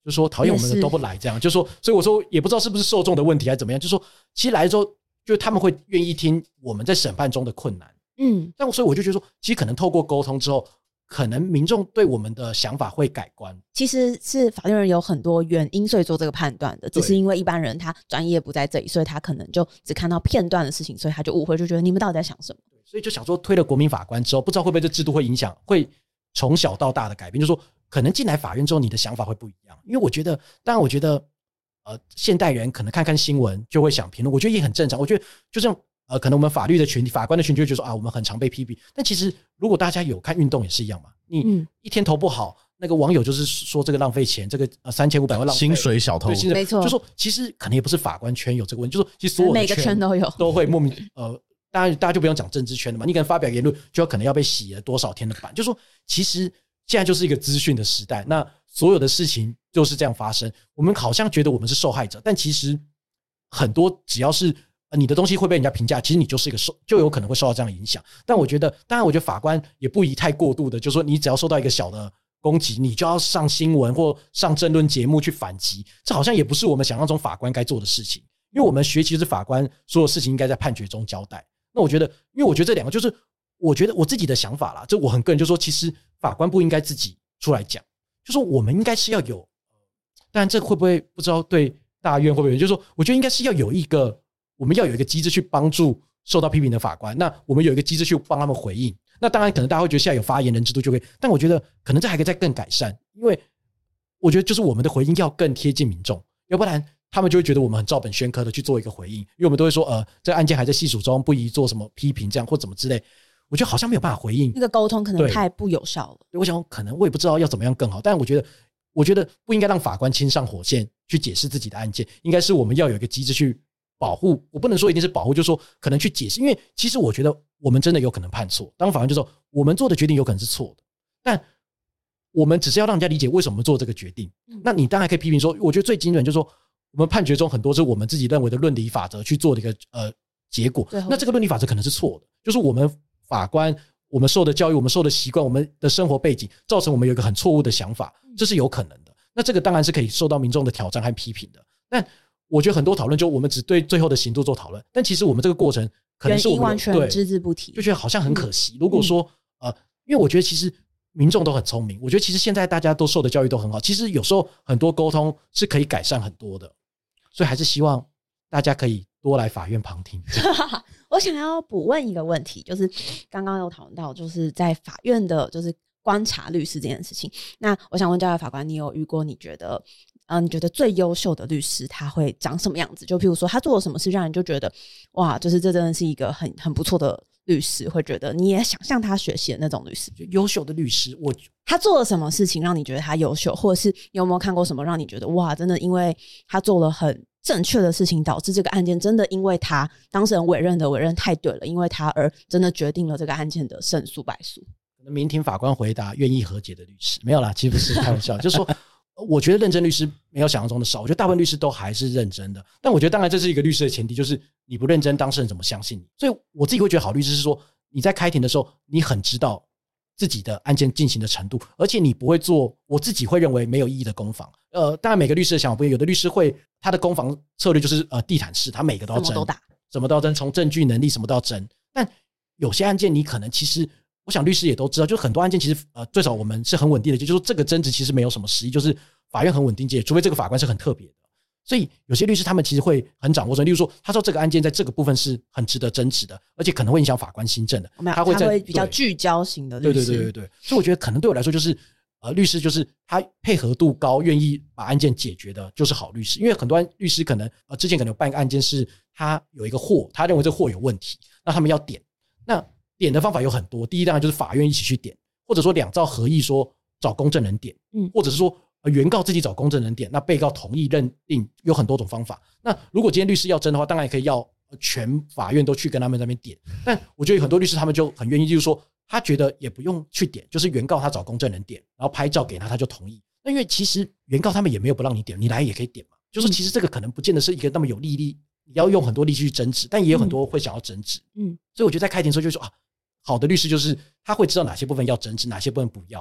就说讨厌我们的都不来这样，就说所以我说也不知道是不是受众的问题还是怎么样，就说其实来的时候就他们会愿意听我们在审判中的困难，但所以我就觉得说其实可能透过沟通之后，可能民众对我们的想法会改观。 其实是法律人有很多原因所以做这个判断的，只是因为一般人他专业不在这里，所以他可能就只看到片段的事情，所以他就误会，就觉得你们到底在想什么。 所以就想说推了国民法官之后，不知道会不会这制度会影响，会从小到大的改变，就是说可能进来法院之后你的想法会不一样。因为我觉得当然我觉得现代人可能看看新闻就会想评论，我觉得也很正常。我觉得就像可能我们法律的群体法官的群体就会觉得说我们很常被批评，但其实如果大家有看运动也是一样嘛，你一天投不好，那个网友就是说这个浪费钱，这个3500万浪费薪水小偷， 没错， 就说其实可能也不是法官圈有这个问题，就说其实所有的每个圈都有， 都会莫名当然大家就不用讲政治圈了嘛，你可能发表言论就可能要被洗了多少天的版，就说其实现在就是一个资讯的时代，那所有的事情就是这样发生，我们好像觉得我们是受害者，但其实很多只要是你的东西会被人家评价，其实你就是一个就有可能会受到这样的影响。但我觉得当然我觉得法官也不宜太过度的，就是说你只要受到一个小的攻击，你就要上新闻或上政论节目去反击，这好像也不是我们想象中法官该做的事情，因为我们学其实法官所有事情应该在判决中交代。那我觉得因为我觉得这两个就是我觉得我自己的想法啦，这我很个人就说其实法官不应该自己出来讲，就说我们应该是要有，当然这会不会不知道对大院会不会，就是说我觉得应该是要有一个我们要有一个机制去帮助受到批评的法官，那我们有一个机制去帮他们回应。那当然可能大家会觉得现在有发言人制度就可以，但我觉得可能这还可以再更改善，因为我觉得就是我们的回应要更贴近民众，要不然他们就会觉得我们很照本宣科的去做一个回应，因为我们都会说这个案件还在细数中，不宜做什么批评这样或怎么之类，我觉得好像没有办法回应， 那个沟通可能太不有效了。 我想可能我也不知道要怎么样更好，但我觉得不应该让法官亲上火线去解释自己的案件，应该是我们要有一个机制去保护，我不能说一定是保护，就是说可能去解释，因为其实我觉得我们真的有可能判错，当法官就说我们做的决定有可能是错的，但我们只是要让人家理解为什么做这个决定。那你当然可以批评说，我觉得最精准就是说我们判决中很多是我们自己认为的论理法则去做的一个结果，那这个论理法则可能是错的，就是我们法官我们受的教育，我们受的习惯，我们的生活背景造成我们有一个很错误的想法，这是有可能的。那这个当然是可以受到民众的挑战和批评的，但我觉得很多讨论就我们只对最后的行动做讨论，但其实我们这个过程可能是我们完全只字不提， 就觉得好像很可惜。如果说因为我觉得其实民众都很聪明，我觉得其实现在大家都受的教育都很好，其实有时候很多沟通是可以改善很多的，所以还是希望大家可以多来法院旁听。 我想要补问一个问题，就是刚刚有讨论到就是在法院的就是观察律师这件事情，那我想问教育法官，你有遇过你觉得最优秀的律师他会长什么样子？就譬如说他做了什么事让人就觉得哇，就是这真的是一个很不错的律师，会觉得你也想向他学习的那种律师。 优秀的律师， 他做了什么事情让你觉得他优秀，或者是你有没有看过什么让你觉得哇，真的因为他做了很正确的事情，导致这个案件真的因为他当事人委任太对了，因为他而真的决定了这个案件的胜诉败诉。 可能民庭法官回答愿意和解的律师，没有啦，其实不是开玩笑，就是说我觉得认真律师没有想象中的少，我觉得大部分律师都还是认真的，但我觉得当然这是一个律师的前提，就是你不认真，当事人怎么相信你？所以我自己会觉得好律师是说你在开庭的时候你很知道自己的案件进行的程度，而且你不会做我自己会认为没有意义的攻防。当然每个律师的想法不一样，有的律师会他的攻防策略就是地毯式，他每个都要争，什么都要争，从证据能力什么都要争。但有些案件你可能其实我想律师也都知道，就是很多案件其实最少我们是很稳定的，就是说这个争执其实没有什么实益，就是法院很稳定解，除非这个法官是很特别的。所以有些律师他们其实会很掌握例如说他说这个案件在这个部分是很值得争执的，而且可能会影响法官心证的， 他会比较聚焦型的律师。 对，所以我觉得可能对我来说就是律师就是他配合度高，愿意把案件解决的就是好律师。因为很多律师可能之前可能有办一个案件是他有一个货，他认为这个货有问题，那他们要点，那点的方法有很多，第一当然就是法院一起去点，或者说两造合议说找公证人点，或者是说原告自己找公证人点，那被告同意认定，有很多种方法。那如果今天律师要争的话，当然也可以要全法院都去跟他们那边点，但我觉得有很多律师他们就很愿意，就是说他觉得也不用去点，就是原告他找公证人点，然后拍照给他，他就同意。那因为其实原告他们也没有不让你点，你来也可以点嘛，就是其实这个可能不见得是一个那么有力，你要用很多力气去争执，但也有很多会想要争执。所以我觉得在开庭的时候就说好的律师就是他会知道哪些部分要争执，哪些部分不要，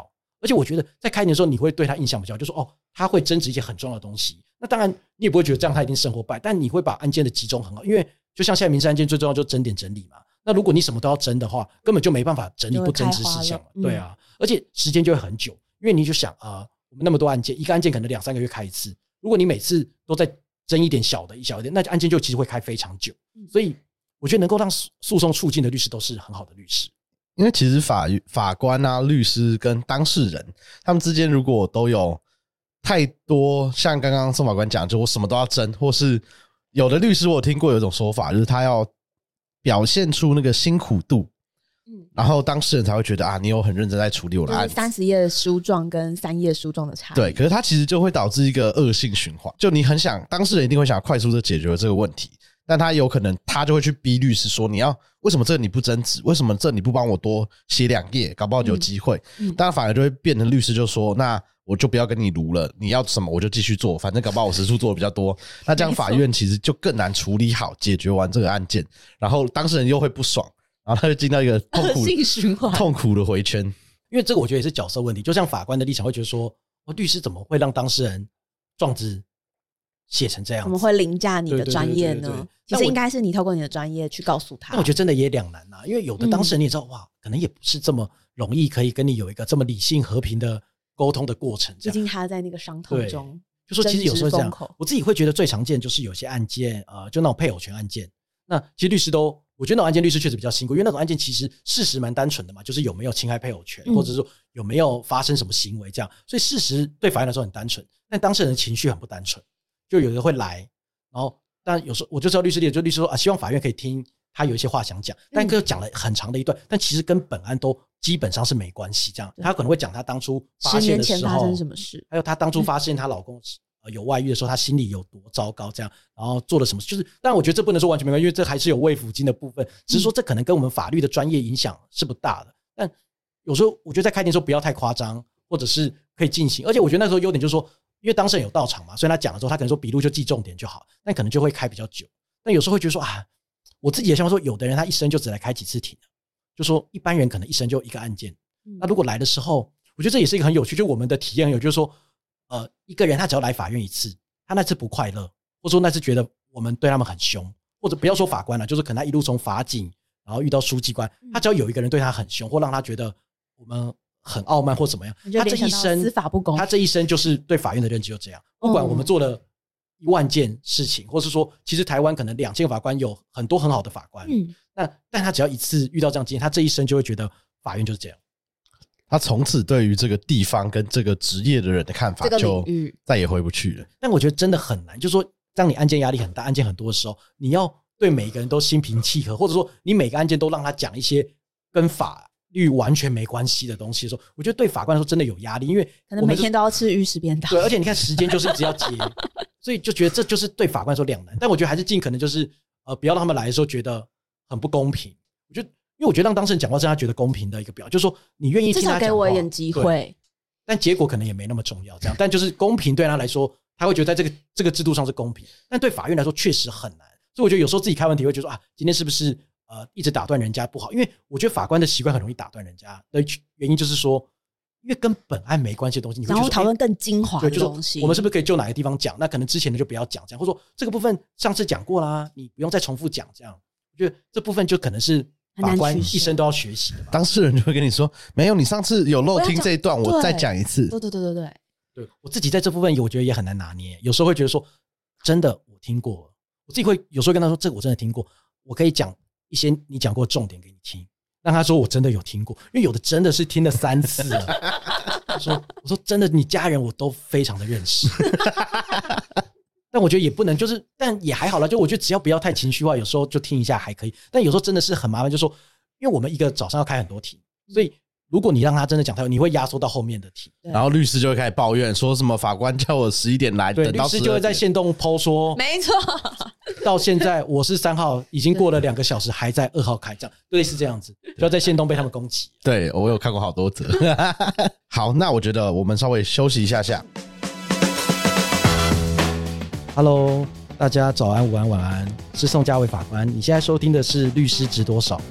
而且我觉得在开庭的时候你会对他印象比较好，就说他会争执一些很重要的东西，那当然你也不会觉得这样他一定胜或败，但你会把案件的集中很好，因为就像现在民事案件最重要就争点整理嘛，那如果你什么都要争的话，根本就没办法整理不争执事项了，对啊，而且时间就会很久，因为你就想我们那么多案件，一个案件可能2-3个月开一次，如果你每次都在争一点小的一小一点，那案件就其实会开非常久，所以我觉得能够让诉讼促进的律师都是很好的律师。 因为其实法官啊、律师跟当事人他们之间如果都有太多像刚刚宋法官讲，就我什么都要争，或是有的律师我有听过有一种说法，就是他要表现出那个辛苦度，然后当事人才会觉得你有很认真在处理我的案子。 30页书状跟3页书状的差异。 对，可是它其实就会导致一个恶性循环，就你很想，当事人一定会想快速的解决这个问题，但他有可能他就会去逼律师说，你要为什么这你不争执，为什么这你不帮我多写2页，搞不好有机会。当然反而就会变成律师就说，那我就不要跟你撸了，你要什么我就继续做，反正搞不好我时数做的比较多。那这样法院其实就更难处理好解决完这个案件，然后当事人又会不爽，然后他就进到一个痛苦的回圈。 因为这个我觉得也是角色问题，就像法官的立场会觉得说，律师怎么会让当事人状子写成这样子， 怎么会凌驾你的专业呢？其实应该是你透过你的专业去告诉他。 但我觉得真的也两难因为有的当事人你也知道，哇，可能也不是这么容易可以跟你有一个这么理性和平的沟通的过程，毕竟他在那个伤痛中， 就说其实有时候这样，我自己会觉得最常见就是有些案件就那种配偶权案件，那其实律师我觉得那种案件律师确实比较辛苦，因为那种案件其实事实蛮单纯的嘛，就是有没有侵害配偶权，或者说有没有发生什么行为这样，所以事实对法院来说很单纯，但当事人的情绪很不单纯，就有人会来，然后但有时候我就知道律师律师说希望法院可以听他有一些话想讲，但就讲了很长的一段，但其实跟本案都基本上是没关系，这样他可能会讲他当初发现的时候10年前发生什么事， 还有他当初发现她老公有外遇的时候他心里有多糟糕这样，然后做了什么，就是但我觉得这不能说完全没关系，因为这还是有慰抚金的部分，只是说这可能跟我们法律的专业影响是不大的，但有时候我觉得在开庭的时候不要太夸张，或者是可以进行，而且我觉得那时候优点就是说因为当事人有到场嘛，所以他讲的时候他可能说笔录就记重点就好，但可能就会开比较久，但有时候会觉得说我自己的想法说，有的人他一生就只来开几次庭，就说一般人可能一生就一个案件，那如果来的时候，我觉得这也是一个很有趣，就我们的体验很有趣，就是说一个人他只要来法院一次，他那次不快乐，或者说那次觉得我们对他们很凶，或者不要说法官了，就是可能他一路从法警然后遇到书记官，他只要有一个人对他很凶，或让他觉得我们很傲慢或怎么样，他这一生司法不公， 他这一生就是对法院的认知就这样，不管我们做了1万件事情，或是说其实台湾可能2000个法官有很多很好的法官，但他只要一次遇到这样经验，他这一生就会觉得法院就是这样， 他从此对于这个地方跟这个职业的人的看法就再也回不去了。 但我觉得真的很难，就是说当你案件压力很大，案件很多的时候，你要对每个人都心平气和，或者说你每个案件都让他讲一些跟法律完全没关系的东西的时候，我觉得对法官来说真的有压力，因为可能每天都要吃玉石便当， 对，而且你看时间就是一直要接所以就觉得这就是对法官来说两难，但我觉得还是尽可能就是不要让他们来的时候觉得很不公平，我觉得因为我觉得让当事人讲话是他觉得公平的一个表，就是说你愿意听他讲话， 至少给我一点机会， 但结果可能也没那么重要这样，但就是公平对他来说他会觉得在这个制度上是公平，但对法院来说确实很难，所以我觉得有时候自己开完题会觉得说今天是不是一直打断人家不好，因为我觉得法官的习惯很容易打断人家的原因就是说，因为跟本案没关系的东西，你会然后讨论更精华的东西， 我们是不是可以就哪个地方讲？那可能之前的就不要讲，这样，或者说这个部分上次讲过啦，你不用再重复讲，这样，我觉得这部分就可能是法官一生都要学习的吧。 当事人就会跟你说，没有，你上次有漏听这一段，我再讲一次。 对， 我自己在这部分我觉得也很难拿捏，有时候会觉得说，真的我听过了，我自己会有时候跟他说，这个我真的听过，我可以讲一些你讲过的重点给你听，让他说我真的有听过，因为有的真的是听了3次了。我说真的，你家人我都非常的认识。但我觉得也不能就是但也还好啦，就我觉得只要不要太情绪化，有时候就听一下还可以，但有时候真的是很麻烦，就是说因为我们一个早上要开很多题，所以如果你让他真的讲太多，你会压缩到后面的题， 然后律师就会开始抱怨说什么法官叫我11点来， 对， 等到律师就会在限动 po 说， 没错， 到现在我是3号，已经过了2个小时还在2号开，这样类似这样子，就要在限动被他们攻击。 对，我有看过好多则。好，那我觉得我们稍微休息一下下。 Hello， 大家早安、午安、晚安，是宋家伟法官。你现在收听的是《律师值多少》。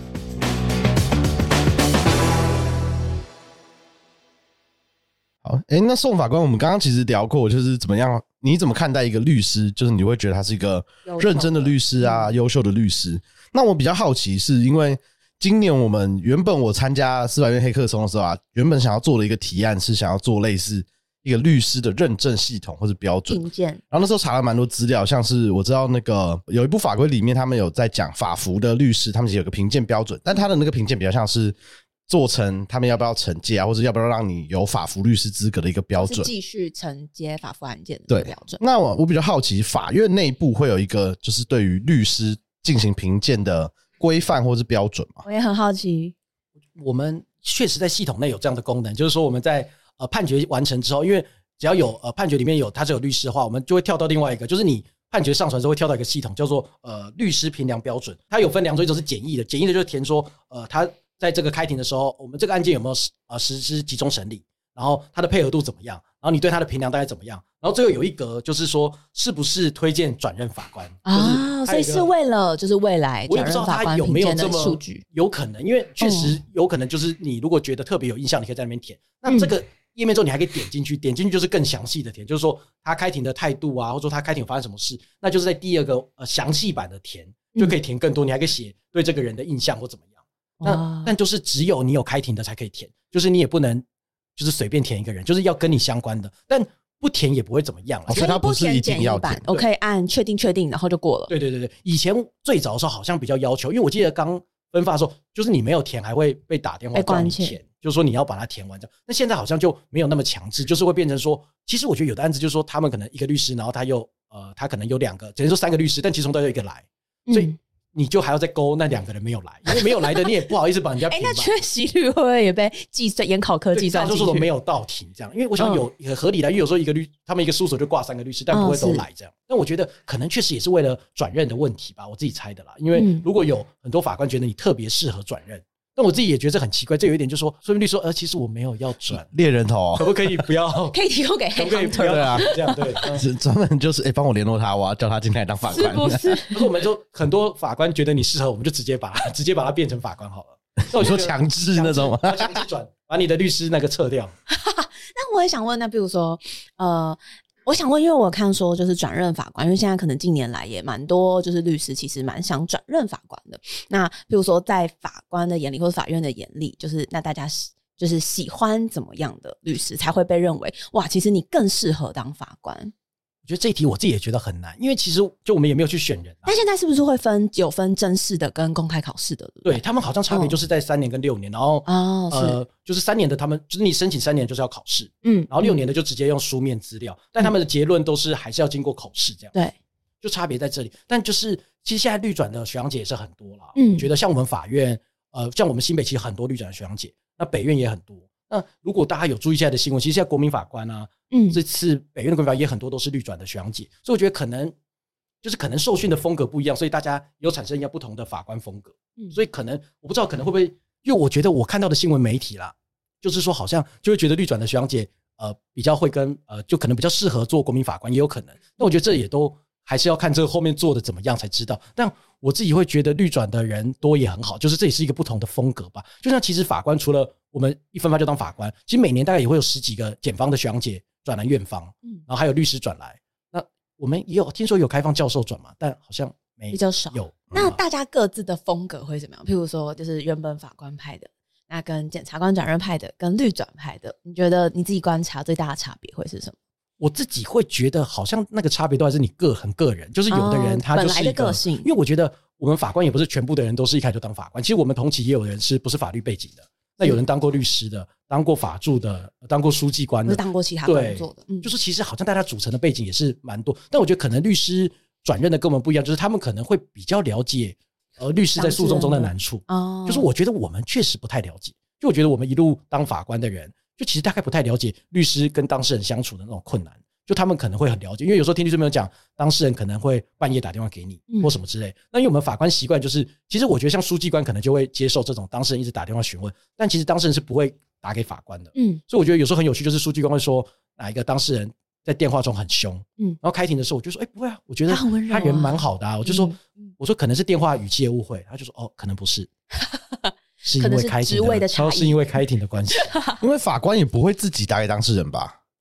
那宋法官，我们刚刚其实聊过，就是怎么样，你怎么看待一个律师？就是你会觉得他是一个认真的律师啊，优秀的律师。那我比较好奇，是因为今年原本我参加司法院黑客松的时候啊，原本想要做的一个提案是想要做类似一个律师的认证系统或者标准评鉴， 然后那时候查了蛮多资料，像是我知道那个有一部法规里面他们有在讲法服的律师，他们有个评鉴标准，但他的那个评鉴比较像是做成他们要不要惩戒啊，或者要不要让你有法服律师资格的一个标准， 是继续承接法服案件的标准。 那我比较好奇，法院内部会有一个就是对于律师进行评鉴的规范或是标准吗？ 我也很好奇。 我们确实在系统内有这样的功能，就是说我们在判决完成之后，因为只要有判决里面它是有律师的话，我们就会跳到另外一个，就是你判决上传之后会跳到一个系统叫做律师评量标准。它有分两种，一种是简易的，简易的就是填说它在这个开庭的时候，我们这个案件有没有实施集中审理，然后它的配合度怎么样，然后你对它的评量大概怎么样，然后最后有一格就是说是不是推荐转任法官啊， 所以是为了就是未来转任法官评鉴的数据， 有可能，因为确实有可能就是你如果觉得特别有印象，你可以在那边填。那这个页面之后你还可以点进去，点进去就是更详细的填，就是说他开庭的态度啊，或者说他开庭发生什么事，那就是在第二个详细版的填就可以填更多，你还可以写对这个人的印象或怎么样。但就是只有你有开庭的才可以填，就是你也不能就是随便填一个人，就是要跟你相关的，但不填也不会怎么样啦。 所以它不是一定要填， 我可以按确定然后就过了。 对，以前最早的时候好像比较要求，因为我记得刚分发的时候，就是你没有填还会被打电话叫你填，就是说你要把它填完这样。那现在好像就没有那么强制，就是会变成说，其实我觉得有的案子就是说他们可能一个律师，然后他可能有2个，等于说3个律师，但其中都有1个来，所以你就还要再勾那2个人没有来，因为没有来的你也不好意思把人家评吧。 那缺席率会不会也被计算研考科计算进去？ 就是说没有到庭这样，因为我想有合理的，因为有时候他们一个事务所就挂3个律师，但不会都来这样。但我觉得可能确实也是为了转任的问题吧，我自己猜的啦。因为如果有很多法官觉得你特别适合转任，但我自己也觉得这很奇怪，这有一点就是说，说明律师说，其实我没有要转猎人头， 可不可以不要？ 可以提供给黑 hunter， 对啊， 这样对， 专门就是帮我联络他，我要叫他进来当法官， 是不是？ 可是我们就很多法官觉得你适合，我们就直接把它变成法官好了。 那我说强制那种， 强制转，把你的律师那个撤掉。 那我也想问，那比如说我想问，因为我看说就是转任法官，因为现在可能近年来也蛮多就是律师其实蛮想转任法官的。那比如说在法官的眼里或者法院的眼里，就是那大家就是喜欢怎么样的律师才会被认为哇，其实你更适合当法官？ 我觉得这一题我自己也觉得很难，因为其实就我们也没有去选人但现在是不是会有分甄试的跟公开考试的？ 对，他们好像差别就是在3年跟6年，然后就是3年的他们就是你申请3年就是要考试，然后6年的就直接用书面资料，但他们的结论都是还是要经过口试这样。 对， 就差别在这里。但就是其实现在律转的学长姐也是很多啦，我觉得像我们法院像我们新北其实很多律转的学长姐，那北院也很多。那如果大家有注意现在的新闻，其实现在国民法官啊，这次北院的国民法官也很多都是律转的学长姐，所以我觉得可能受训的风格不一样，所以大家有产生一样不同的法官风格。所以可能我不知道可能会不会，因为我觉得我看到的新闻媒体啦，就是说好像就会觉得律转的学长姐比较会跟就可能比较适合做国民法官，也有可能。那我觉得这也都还是要看这个后面做的怎么样才知道。但我自己会觉得律转的人多也很好，就是这也是一个不同的风格吧。就像其实法官除了我们一分发就当法官，其实每年大概也会有10几个检方的学长姐转来院方，然后还有律师转来。那我们也有听说有开放教授转嘛，但好像比较少。 有那大家各自的风格会怎么样？譬如说就是原本法官派的，那跟检察官转任派的，跟律转派的，你觉得你自己观察最大的差别会是什么？ 我自己会觉得好像那个差别都还是你很个人，就是有的人他就是本来的个性， 因为我觉得我们法官也不是全部的人都是一开始就当法官，其实我们同期也有人是不是法律背景的，那有人当过律师的，当过法助的，当过书记官的， 当过其他工作的， 就是其实好像大家组成的背景也是蛮多，但我觉得可能律师转任的跟我们不一样，就是他们可能会比较了解律师在诉讼中的难处，就是我觉得我们确实不太了解，就我觉得我们一路当法官的人，就其实大概不太了解律师跟当事人相处的那种困难，就他们可能会很了解，因为有时候听律师没有讲，当事人可能会半夜打电话给你或什么之类。那因为我们法官习惯就是，其实我觉得像书记官可能就会接受这种当事人一直打电话询问，但其实当事人是不会打给法官的。所以我觉得有时候很有趣，就是书记官会说哪一个当事人在电话中很凶，然后开庭的时候我就说，不会啊，我觉得他人蛮好的啊，我就说，我说可能是电话语气的误会，他就说可能不是。是因为开庭的，是因为开庭的关系， 因为法官也不会自己打给当事人吧？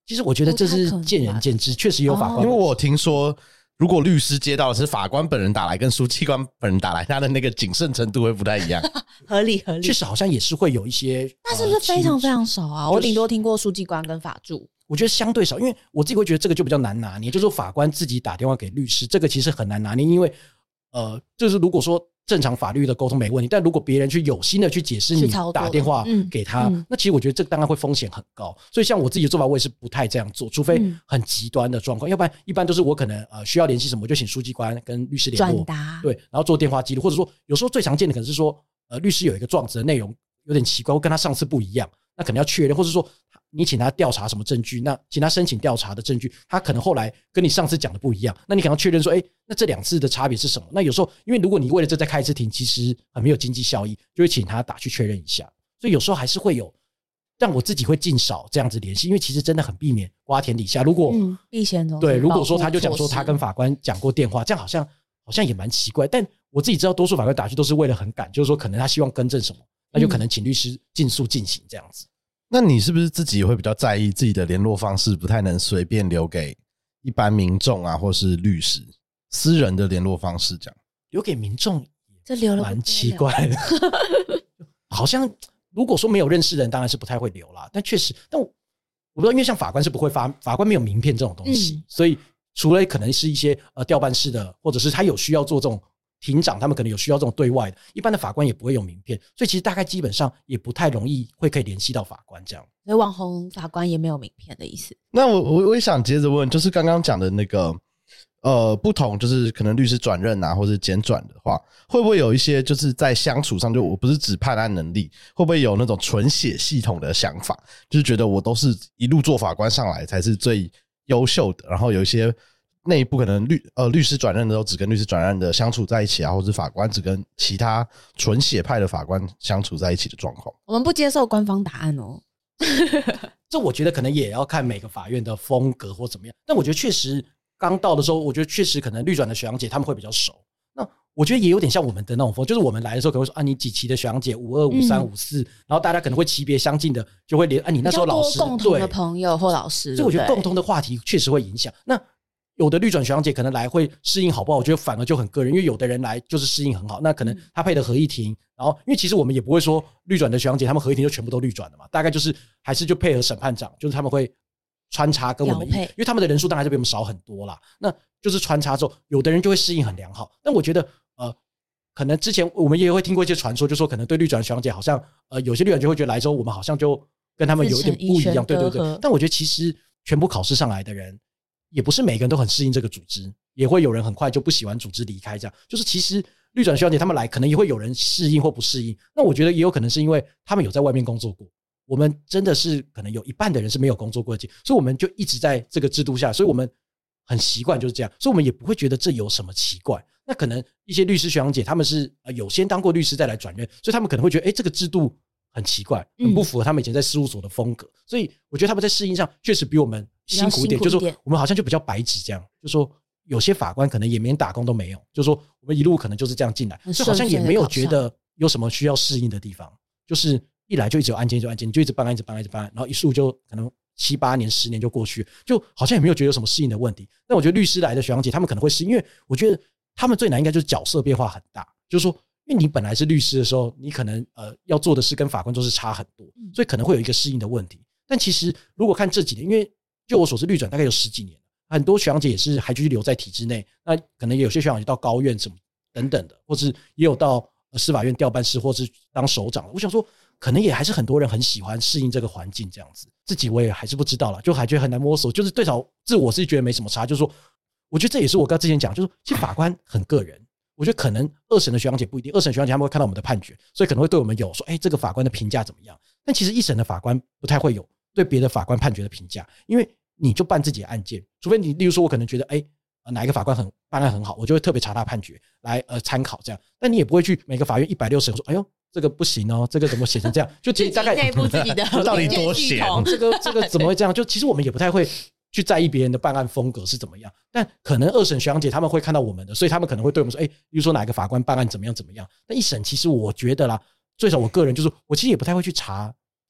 其实我觉得这是见仁见智，确实有法官， 因为我听说如果律师接到的是法官本人打来跟书记官本人打来，他的那个谨慎程度会不太一样。 合理。 确实好像也是会有一些， 但是不是非常非常少啊？我顶多听过书记官跟法助。 我觉得相对少，因为我自己会觉得这个就比较难拿捏，就是说法官自己打电话给律师，这个其实很难拿捏，因为就是如果说正常法律的沟通没问题，但如果别人去有心的去解释你打电话给他，那其实我觉得这个当然会风险很高。所以像我自己的做法，我也是不太这样做，除非很极端的状况，要不然一般都是我可能需要联系什么，我就请书记官跟律师联络， 转达， 对，然后做电话记录，或者说有时候最常见的可能是说律师有一个状子的内容有点奇怪，或跟他上次不一样，那可能要确认，或者说你请他调查什么证据，那请他申请调查的证据，他可能后来跟你上次讲的不一样，那你可能要确认说，那这2次的差别是什么？那有时候因为如果你为了这再开一次庭，其实很没有经济效益，就会请他打去确认一下。所以有时候还是会有，但我自己会尽少这样子联系，因为其实真的很避免瓜田李下。如果避嫌中对，如果说他就讲说他跟法官讲过电话，这样好像也蛮奇怪。但我自己知道，多数法官打去都是为了很赶，就是说可能他希望更正什么，那就可能请律师尽速进行这样子。 那你是不是自己会比较在意自己的联络方式不太能随便留给一般民众啊，或是律师私人的联络方式这样留给民众， 这留了蛮奇怪的。好像如果说没有认识的人，当然是不太会留啦。但确实，但我不知道，因为像法官是不会发，法官没有名片这种东西，所以除了可能是一些调办式的，或者是他有需要做这种。庭长他们可能有需要这种对外的，一般的法官也不会有名片，所以其实大概基本上也不太容易可以联系到法官这样。 所以网红法官也没有名片的意思。 那我也想接着问，就是刚刚讲的那个不同，就是可能律师转任啊，或者检转的话，会不会有一些就是在相处上，就我不是指判案能力，会不会有那种纯血系统的想法，就是觉得我都是一路做法官上来才是最优秀的，然后有一些。内部可能律师转任的时候只跟律师转任的相处在一起啊，或者法官只跟其他纯血派的法官相处在一起的状况。 我们不接受官方答案哦。 这我觉得可能也要看每个法院的风格或怎么样。但我觉得确实刚到的时候，我觉得确实可能律转的学长姐他们会比较熟。那我觉得也有点像我们的那种风，就是我们来的时候可能会说你几期的学长姐52、53、54，然后大家可能会级别相近的就会连你那时候老师共同的朋友或老师， 所以我觉得共同的话题确实会影响。那有的律转学长姐可能来会适应好不好，我觉得反而就很个人，因为有的人来就是适应很好，那可能他配的合议庭，然后因为其实我们也不会说律转的学长姐他们合议庭就全部都律转的嘛，大概就是还是就配合审判长，就是他们会穿插跟我们，因为他们的人数当然就比我们少很多啦，那就是穿插之后有的人就会适应很良好。但我觉得可能之前我们也会听过一些传说，就说可能对律转学长姐好像有些律转就会觉得来之后我们好像就跟他们有一点不一样，对对对。但我觉得其实全部考试上来的人也不是每个人都很适应这个组织，也会有人很快就不喜欢组织离开，这样就是其实律转学长姐他们来可能也会有人适应或不适应，那我觉得也有可能是因为他们有在外面工作过，我们真的是可能有一半的人是没有工作过的，所以我们就一直在这个制度下，所以我们很习惯就是这样，所以我们也不会觉得这有什么奇怪。那可能一些律师学长姐他们是有先当过律师再来转任，所以他们可能会觉得这个制度很奇怪，很不符合他们以前在事务所的风格，所以我觉得他们在适应上确实比我们辛苦一点，就是说我们好像就比较白纸这样，就是说有些法官可能也连打工都没有，就是说我们一路可能就是这样进来，所以好像也没有觉得有什么需要适应的地方，就是一来就一直有案件一直有案件，你就一直办案一直办案一直办案，然后一路就可能7、8年10年就过去，就好像也没有觉得有什么适应的问题。但我觉得律师来的学长姐他们可能会适应，因为我觉得他们最难应该就是角色变化很大，就是说因为你本来是律师的时候，你可能要做的事跟法官都是差很多，所以可能会有一个适应的问题。但其实如果看这几年，因为就我所知律转大概有10几年，很多学长姐也是还继续留在体制内，那可能也有些学长姐到高院什么等等的，或是也有到司法院调办事或是当首长。我想说可能也还是很多人很喜欢适应这个环境这样子，自己我也还是不知道啦，就还觉得很难摸索，就是最少自我是觉得没什么差，就是说我觉得这也是我刚之前讲，就是其实法官很个人，我觉得可能2审的学长姐不一定，2审学长姐他们会看到我们的判决，所以可能会对我们有说这个法官的评价怎么样，但其实1审的法官不太会有对别的法官判决的评价，因为你就办自己的案件，除非你例如说我可能觉得哪一个法官办案很好，我就会特别查他判决来参考这样，但你也不会去每个法院160审说哎呦这个不行哦，这个怎么写成这样，就其实大概内部自己的到底多闲， 这个怎么会这样，就其实我们也不太会去在意别人的办案风格是怎么样，但可能2审学长姐他们会看到我们的，所以他们可能会对我们说比如说哪个法官办案怎么样怎么样，但1审其实我觉得啦，最少我个人就是我其实也不太会去查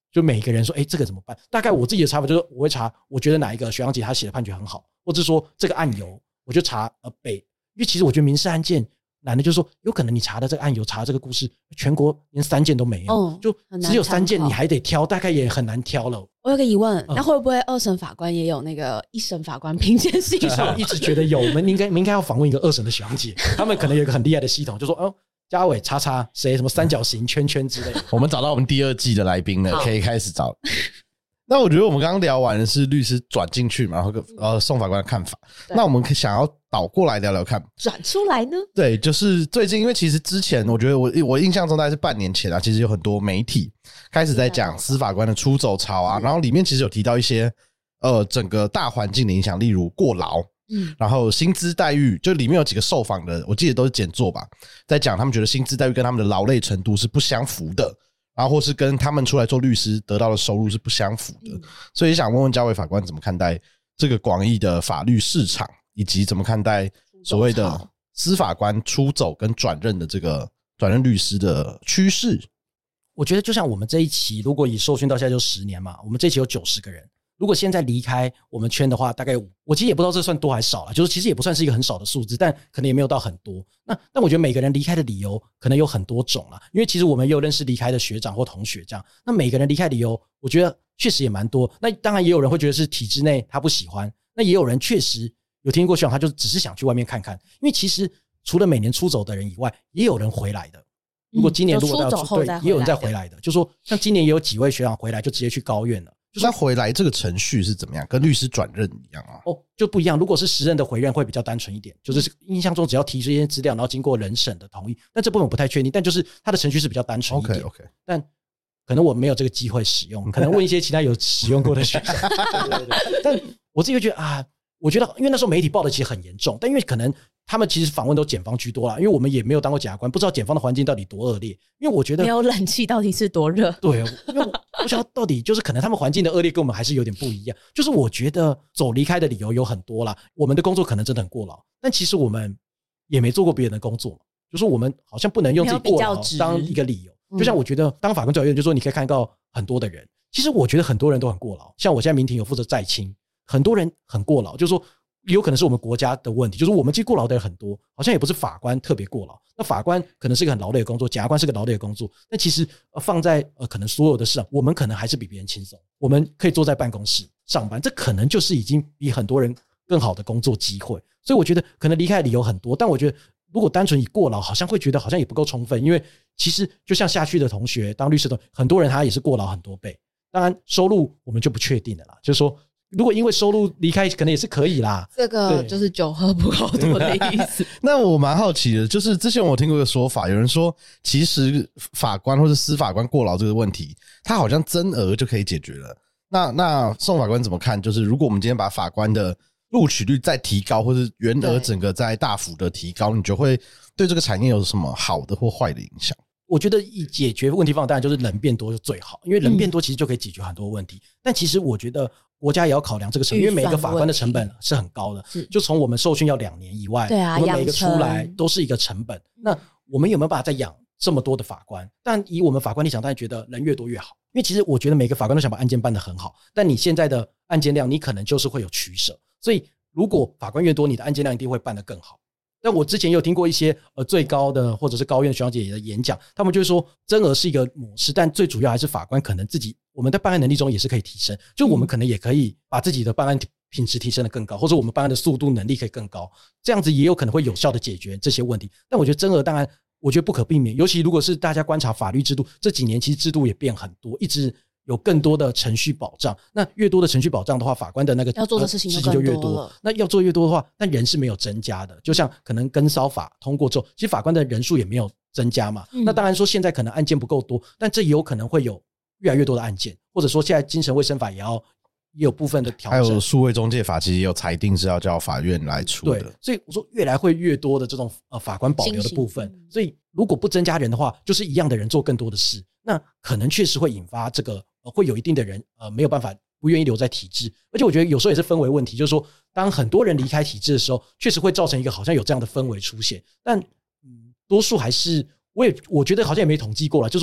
就每个人说这个怎么办，大概我自己的查法就是我会查我觉得哪一个学长姐他写的判决很好，或者说这个案由我就查北，因为其实我觉得民事案件难的就是说有可能你查的这个案由查这个故事全国连3件都没有，就只有3件你还得挑，大概也很难挑了。 我有个疑问，那会不会2审法官也有那个1审法官评鉴系统？ 我一直觉得有，我们应该要访问一个2审的学长姐，他们可能有一个很厉害的系统，就说嘉伟叉叉谁什么三角形圈圈之类的。 我们找到我们第2季的来宾了，可以开始找。那我觉得我们刚刚聊完的是律师转进去嘛，然后宋法官的看法。那我们想要倒过来聊聊看， 转出来呢？ 对，就是最近，因为其实之前我觉得我印象中大概是半年前啊，其实有很多媒体开始在讲司法官的出走潮啊，然后里面其实有提到一些整个大环境的影响，例如过劳。然后薪资待遇，就里面有几个受访的，我记得都是简作吧，在讲他们觉得薪资待遇跟他们的劳累程度是不相符的，然后或是跟他们出来做律师得到的收入是不相符的，所以想问问嘉伟法官怎么看待这个广义的法律市场，以及怎么看待所谓的司法官出走跟转任的这个转任律师的趋势。 我觉得就像我们这一期如果以受训到现在就10年嘛，我们这一期有90个人，如果现在离开我们圈的话，大概我其实也不知道这算多还是少啦，就是其实也不算是一个很少的数字，但可能也没有到很多。但我觉得每个人离开的理由可能有很多种啦，因为其实我们也有认识离开的学长或同学这样，那每个人离开理由我觉得确实也蛮多。那当然也有人会觉得是体制内他不喜欢，那也有人确实有听过学长他就只是想去外面看看，因为其实除了每年出走的人以外，也有人回来的。如果今年如果要对，也有人再回来的，就说像今年也有几位学长回来就直接去高院了。 就是他回来这个程序是怎么样？跟律师转任一样啊？ 就不一样。如果是10任的回任会比较单纯一点，就是印象中只要提出一些资料，然后经过人审的同意，但这部分我不太确定。但就是他的程序是比较单纯一点。 OK， 但可能我没有这个机会使用，可能问一些其他有使用过的学生。对。但我自己会觉得我觉得因为那时候媒体报的其实很严重，但因为可能他们其实访问都检方居多啦，因为我们也没有当过检察官，不知道检方的环境到底多恶劣。因为我觉得没有冷气到底是多热。 对，因为我想到底就是可能他们环境的恶劣跟我们还是有点不一样。就是我觉得离开的理由有很多啦，我们的工作可能真的很过劳，但其实我们也没做过别人的工作嘛，就是我们好像不能用自己过劳当一个理由。就像我觉得当法官最好用就是说你可以看到很多的人，其实我觉得很多人都很过劳，像我现在民庭有负责再清，很多人很过劳，就是说有可能是我们国家的问题，就是我们其实过劳的人很多，好像也不是法官特别过劳。那法官可能是一个很劳累的工作，检察官是个劳累的工作，但其实放在可能所有的事上，我们可能还是比别人轻松，我们可以坐在办公室上班，这可能就是已经比很多人更好的工作机会。所以我觉得可能离开的理由很多，但我觉得如果单纯以过劳，好像会觉得好像也不够充分，因为其实就像下去的同学当律师的很多人他也是过劳很多倍，当然收入我们就不确定了啦，就是说如果因为收入离开可能也是可以啦， 这个就是酒喝不够多的意思。 那我蛮好奇的，就是之前我听过一个说法，有人说其实法官或是司法官过劳这个问题他好像增额就可以解决了。那宋法官怎么看，就是如果我们今天把法官的录取率再提高，或是原额整个再大幅的提高，你就会对这个产业有什么好的或坏的影响？ 我觉得以解决问题方法当然就是人变多就最好，因为人变多其实就可以解决很多问题。但其实我觉得国家也要考量这个成本，因为每一个法官的成本是很高的，就从我们受训要2年以外， 对啊， 我们每个出来都是一个成本。那我们有没有办法再养这么多的法官？但以我们法官立场，当然觉得人越多越好，因为其实我觉得每个法官都想把案件办得很好，但你现在的案件量你可能就是会有取舍，所以如果法官越多，你的案件量一定会办得更好。但我之前有听过一些最高的或者是高院学长姐的演讲，他们就说增额是一个模式，但最主要还是法官可能自己我们在办案能力中也是可以提升，就我们可能也可以把自己的办案品质提升得更高，或者我们办案的速度能力可以更高，这样子也有可能会有效的解决这些问题。但我觉得增额当然我觉得不可避免，尤其如果是大家观察法律制度，这几年其实制度也变很多，一直有更多的程序保障，那越多的程序保障的话，法官的那个要做的事情就越多，那要做越多的话，但人是没有增加的，就像可能跟骚法通过之后，其实法官的人数也没有增加嘛，那当然说现在可能案件不够多，但这也有可能会有越来越多的案件，或者说现在精神卫生法也有部分的调整， 还有数位中介法其实也有裁定是要叫法院来出的。 对，所以我说越来会越多的这种法官保留的部分，所以如果不增加人的话，就是一样的人做更多的事，那可能确实会引发这个会有一定的人没有办法不愿意留在体制。而且我觉得有时候也是氛围问题，就是说当很多人离开体制的时候，确实会造成一个好像有这样的氛围出现，但多数还是我觉得好像也没统计过啦，就是说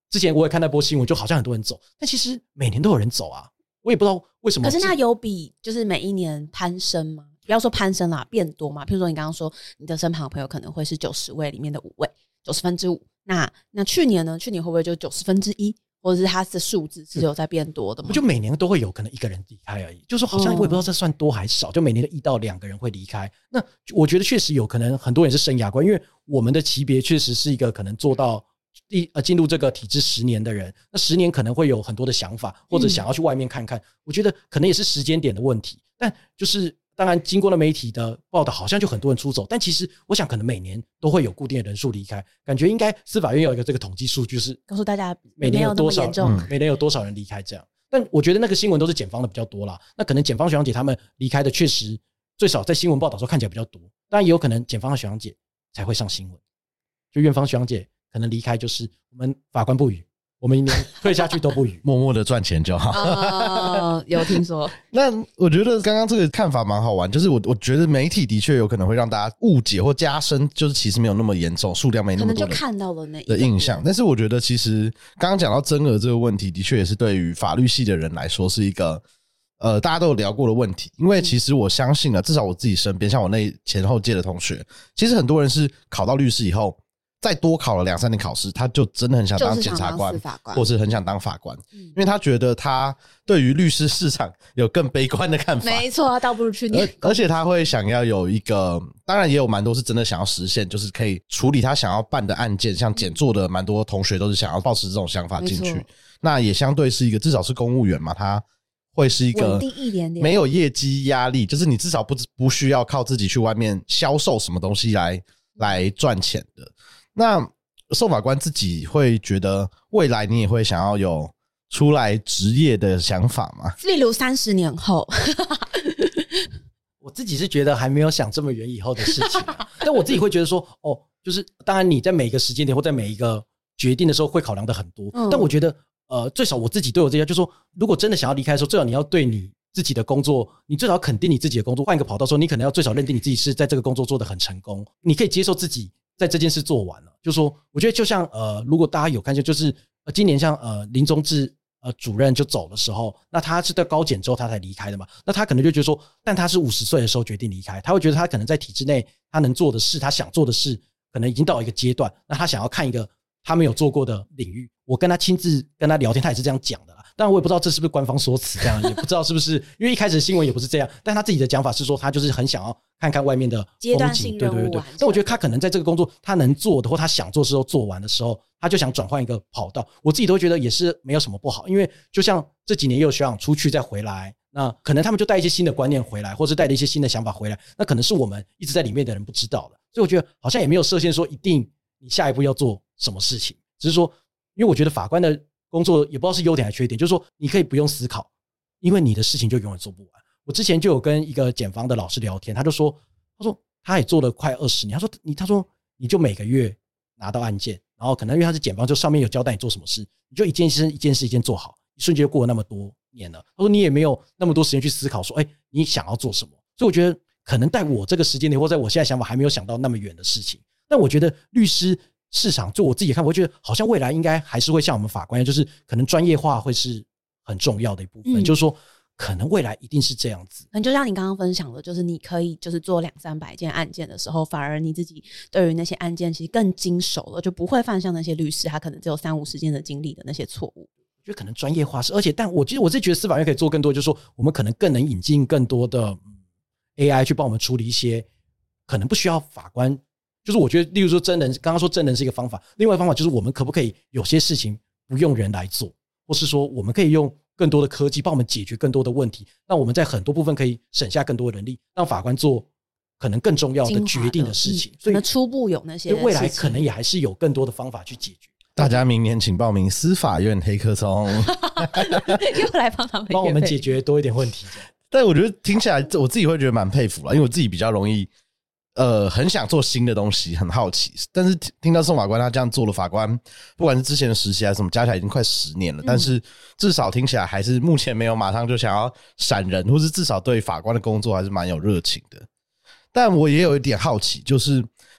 之前我也看那波新闻，就好像很多人走，但其实每年都有人走啊，我也不知道为什么。 可是那有比就是每一年攀升吗？不要说攀升啦，变多嘛。譬如说你刚刚说你的身旁的朋友可能会是90位里面的5位，5/90，那去年呢？去年会不会就1/90？或者是它的数字是有在变多的吗？ 就每年都会有可能1个人离开而已，就是好像我也不知道这算多还是少，就每年的1到2个人会离开。那我觉得确实有可能很多人是生涯观，因为我们的级别确实是一个可能做到进入这个体制10年的人，那10年可能会有很多的想法，或者想要去外面看看。我觉得可能也是时间点的问题，但就是当然经过了媒体的报道，好像就很多人出走，但其实我想可能每年都会有固定的人数离开，感觉应该司法院有一个这个统计数据，是告诉大家每年有多少每年有多少人离开这样。但我觉得那个新闻都是检方的比较多啦，那可能检方学长姐他们离开的确实最少在新闻报道的时候看起来比较多，当然也有可能检方的学长姐才会上新闻，就院方学长姐可能离开就是我们法官不语，我们一年退下去都不语， 默默的赚钱就好。 有听说。 那我觉得刚刚这个看法蛮好玩，就是我觉得媒体的确有可能会让大家误解或加深，就是其实没有那么严重，数量没那么多可能就看到了那的印象。但是我觉得其实刚刚讲到增额这个问题，的确也是对于法律系的人来说是一个大家都有聊过的问题。因为其实我相信了，至少我自己身边，像我那前后届的同学，其实很多人是考到律师以后再多考了2-3年考试，他就真的很想当检察官，或是很想当法官，因为他觉得他对于律师市场有更悲观的看法。 没错，他倒不如去念。 而且他会想要有一个，当然也有蛮多是真的想要实现，就是可以处理他想要办的案件，像检作的蛮多同学都是想要抱持这种想法进去。那也相对是一个至少是公务员嘛，他会是一个稳定一点点， 没有业绩压力，就是你至少不需要靠自己去外面销售什么东西来赚钱的。那受法官自己会觉得未来你也会想要有出来职业的想法吗？ 例如30年后。 我自己是觉得还没有想这么远以后的事情，但我自己会觉得说就是当然你在每个时间点或在每一个决定的时候会考量的很多，但我觉得最少我自己对我这些就是说，如果真的想要离开的时候，最少你要对你自己的工作，你最少要肯定你自己的工作，换一个跑道说，你可能要最少认定你自己是在这个工作做得很成功，你可以接受自己在这件事做完了。就是说我觉得就像如果大家有看见，就是今年像林宗志主任就走的时候，那他是在高检之后他才离开的嘛，那他可能就觉得说，但他是50岁的时候决定离开，他会觉得他可能在体制内他能做的事，他想做的事可能已经到一个阶段，那他想要看一个他没有做过的领域。我跟他亲自跟他聊天，他也是这样讲的啦。当然我也不知道这是不是官方说辞，这样也不知道是不是，因为一开始新闻也不是这样，但他自己的讲法是说，他就是很想要看看外面的阶段性任务。对。 但我觉得他可能在这个工作他能做的或他想做的时候做完的时候，他就想转换一个跑道。我自己都觉得也是没有什么不好，因为就像这几年也有学长出去再回来，那可能他们就带一些新的观念回来，或是带了一些新的想法回来，那可能是我们一直在里面的人不知道的。所以我觉得好像也没有设限说一定你下一步要做什么事情，只是说因为我觉得法官的工作也不知道是优点还是缺点，就是说你可以不用思考，因为你的事情就永远做不完。我之前就有跟一个检方的老师聊天，他说他也做了快20年，他说你就每个月拿到案件，然后可能因为他是检方，就上面有交代你做什么事，你就一件事一件事做好，一瞬间就过了那么多年了。他说你也没有那么多时间去思考说你想要做什么。所以我觉得可能在我这个时间点或在我现在想法还没有想到那么远的事情，但我觉得律师市场就我自己看，我觉得好像未来应该还是会像我们法官，就是可能专业化会是很重要的一部分，就是说可能未来一定是这样子。 就像你刚刚分享的，就是你可以就是做200-300件案件的时候，反而你自己对于那些案件其实更精熟了，就不会犯像那些律师他可能只有30-50件的经历的那些错误。 我觉得可能专业化是，而且但我自己觉得司法院可以做更多，就是说我们可能更能引进更多的AI 去帮我们处理一些可能不需要法官。就是我觉得例如说真人，刚刚说真人是一个方法，另外一个方法就是我们可不可以有些事情不用人来做，或是说我们可以用更多的科技帮我们解决更多的问题，那我们在很多部分可以省下更多的人力，让法官做可能更重要的决定的事情。所以初步有那些未来可能也还是有更多的方法去解决。 大家明年请报名司法院黑客松。 又来帮我们解决多一点问题。 但我觉得听起来我自己会觉得蛮佩服啦，因为我自己比较容易很想做新的东西，很好奇。但是听到宋法官他这样做了法官，不管是之前的实习还是什么，加起来已经快10年了，但是至少听起来还是目前没有马上就想要闪人，或是至少对法官的工作还是蛮有热情的。但我也有一点好奇，就是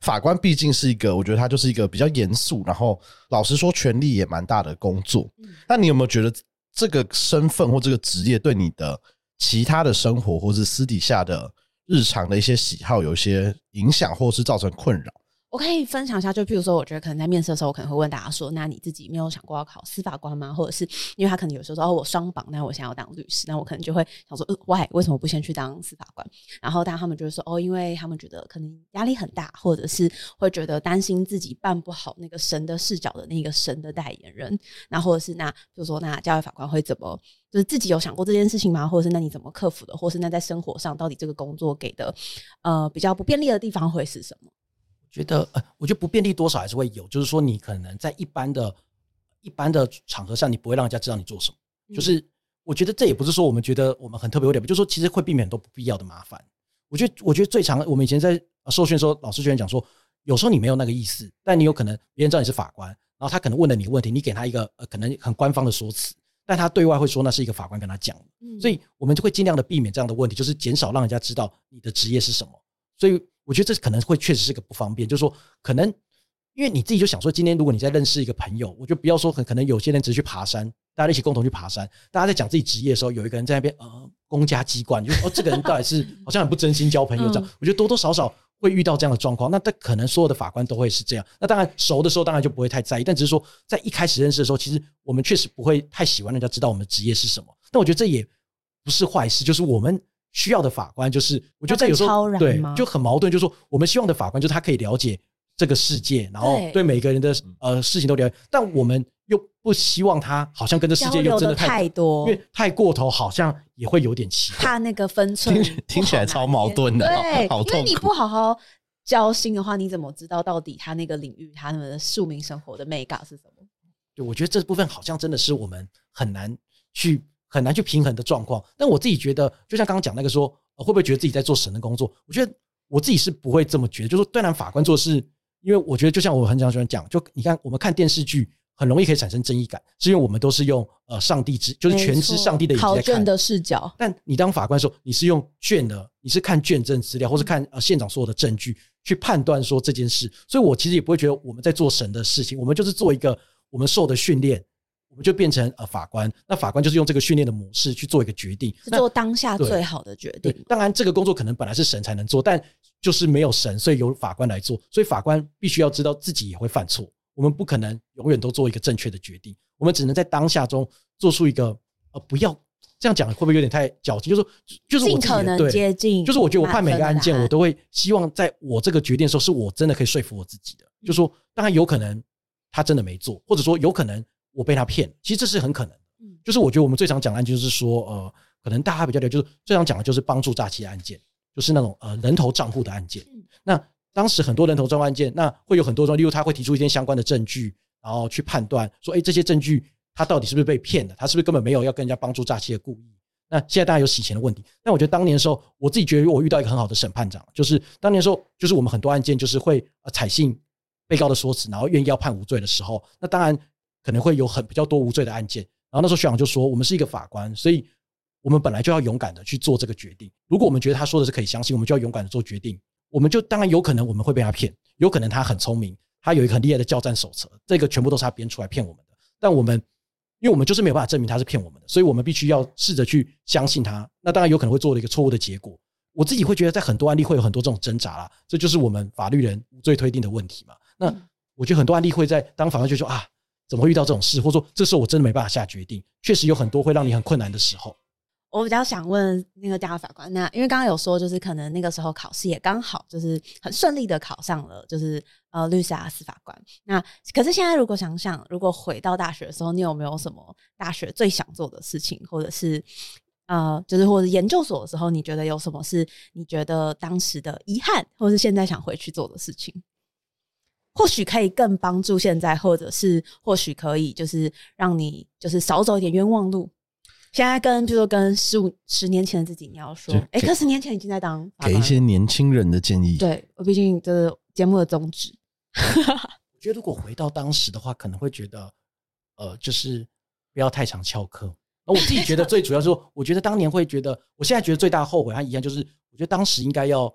法官毕竟是一个，我觉得他就是一个比较严肃，然后老实说权力也蛮大的工作。那你有没有觉得这个身份或这个职业对你的其他的生活或是私底下的日常的一些喜好有一些影响，或是造成困扰？ 我可以分享一下，就譬如说我觉得可能在面试的时候我可能会问大家说，那你自己没有想过要考司法官吗？或者是因为他可能有时候说我双榜，那我想要当律师，那我可能就会想说为什么不先去当司法官？然后但他们就会说因为他们觉得可能压力很大，或者是会觉得担心自己办不好那个神的视角的那个神的代言人，那或者是比如说教育法官会怎么就是自己有想过这件事情吗？或者是那你怎么克服的？或是那在生活上到底这个工作给的比较不便利的地方会是什么？ 我觉得不便利多少还是会有，就是说你可能在一般的场合上，你不会让人家知道你做什么。就是我觉得这也不是说我们觉得我们很特别，就是说其实会避免很多不必要的麻烦。我觉得最常我们以前在受训的时候，老师居然讲说，有时候你没有那个意思，但你有可能别人知道你是法官，然后他可能问了你问题，你给他一个可能很官方的说辞，但他对外会说那是一个法官跟他讲的。所以我们就会尽量的避免这样的问题，就是减少让人家知道你的职业是什么。所以我觉得这可能会确实是个不方便，就是说可能因为你自己就想说，今天如果你在认识一个朋友，我就不要说可能有些人只是去爬山，大家一起共同去爬山，大家在讲自己职业的时候，有一个人在那边公家机关，就这个人到底是好像很不真心交朋友这样。我觉得多多少少会遇到这样的状况，那可能所有的法官都会是这样。那当然熟的时候当然就不会太在意，但只是说在一开始认识的时候，其实我们确实不会太喜欢人家知道我们的职业是什么。但我觉得这也不是坏事，就是我们需要的法官就是我觉得这有时候对就很矛盾，就是说我们希望的法官就是他可以了解这个世界，然后对每个人的事情都了解，但我们又不希望他好像跟这世界又真的太多，因为太过头好像也会有点奇怪， 怕那个分寸听起来超矛盾的， 对， 好痛苦。 因为你不好好交心的话，你怎么知道到底他那个领域他们的庶民生活的美感是什么？ 对，我觉得这部分好像真的是我们很难去平衡的状况。但我自己觉得，就像刚刚讲那个说，会不会觉得自己在做神的工作？我觉得我自己是不会这么觉得。就是说，当然法官做事，因为我觉得就像我很喜欢讲，就你看我们看电视剧，很容易可以产生正义感，是因为我们都是用上帝就是全知上帝的眼睛在看考卷的视角。 但你当法官的时候，你是用卷的，你是看卷证资料，或是看现场所有的证据去判断说这件事。所以我其实也不会觉得我们在做神的事情，我们就是做一个我们受的训练。我们就变成法官，那法官就是用这个训练的模式去做一个决定， 是做当下最好的决定。 当然这个工作可能本来是神才能做，但就是没有神，所以由法官来做。所以法官必须要知道自己也会犯错，我们不可能永远都做一个正确的决定，我们只能在当下中做出一个不要这样讲会不会有点太矫情，就是我尽可能接近， 就是我觉得我判每个案件我都会希望在我这个决定的时候是我真的可以说服我自己的，就是说当然有可能他真的没做，或者说有可能我被他骗，其实这是很可能的。就是我觉得我们最常讲的案件就是说可能大家比较了解，就是最常讲的就是帮助诈欺的案件，就是那种人头账户的案件。那当时很多人头账户案件，那会有很多种，例如他会提出一些相关的证据，然后去判断说这些证据他到底是不是被骗的，他是不是根本没有要跟人家帮助诈欺的故意。那现在大家有洗钱的问题，但我觉得当年的时候，我自己觉得我遇到一个很好的审判长，就是当年的时候，就是我们很多案件就是会采信被告的说辞，然后愿意要判无罪的时候，那当然可能会有比较多无罪的案件。然后那时候学长就说，我们是一个法官，所以我们本来就要勇敢的去做这个决定。如果我们觉得他说的是可以相信，我们就要勇敢的做决定。我们就当然有可能我们会被他骗，有可能他很聪明，他有一个很厉害的教战手册，这个全部都是他编出来骗我们的。但我们因为我们就是没有办法证明他是骗我们的，所以我们必须要试着去相信他。那当然有可能会做了一个错误的结果。我自己会觉得在很多案例会有很多这种挣扎啦，这就是我们法律人无罪推定的问题嘛。那我觉得很多案例会在当法官就说怎么会遇到这种事，或者说这时候我真的没办法下决定，确实有很多会让你很困难的时候。 我比较想问那个大法官，那因为刚刚有说就是可能那个时候考试也刚好就是很顺利的考上了就是律师司法官，那可是现在如果想想，如果回到大学的时候，你有没有什么大学最想做的事情，或者是就是或者研究所的时候，你觉得有什么是你觉得当时的遗憾，或者是现在想回去做的事情？或许可以更帮助现在，或者是或许可以就是让你就是少走一点冤枉路。现在比如说跟10年前的自己你要说可10年前已经在当法官了， 给一些年轻人的建议。 对，我毕竟这是节目的宗旨。 我觉得如果回到当时的话，可能会觉得就是不要太常翘课。我自己觉得最主要是说，我觉得当年会觉得，我现在觉得最大的后悔和遗憾就是，我觉得当时应该要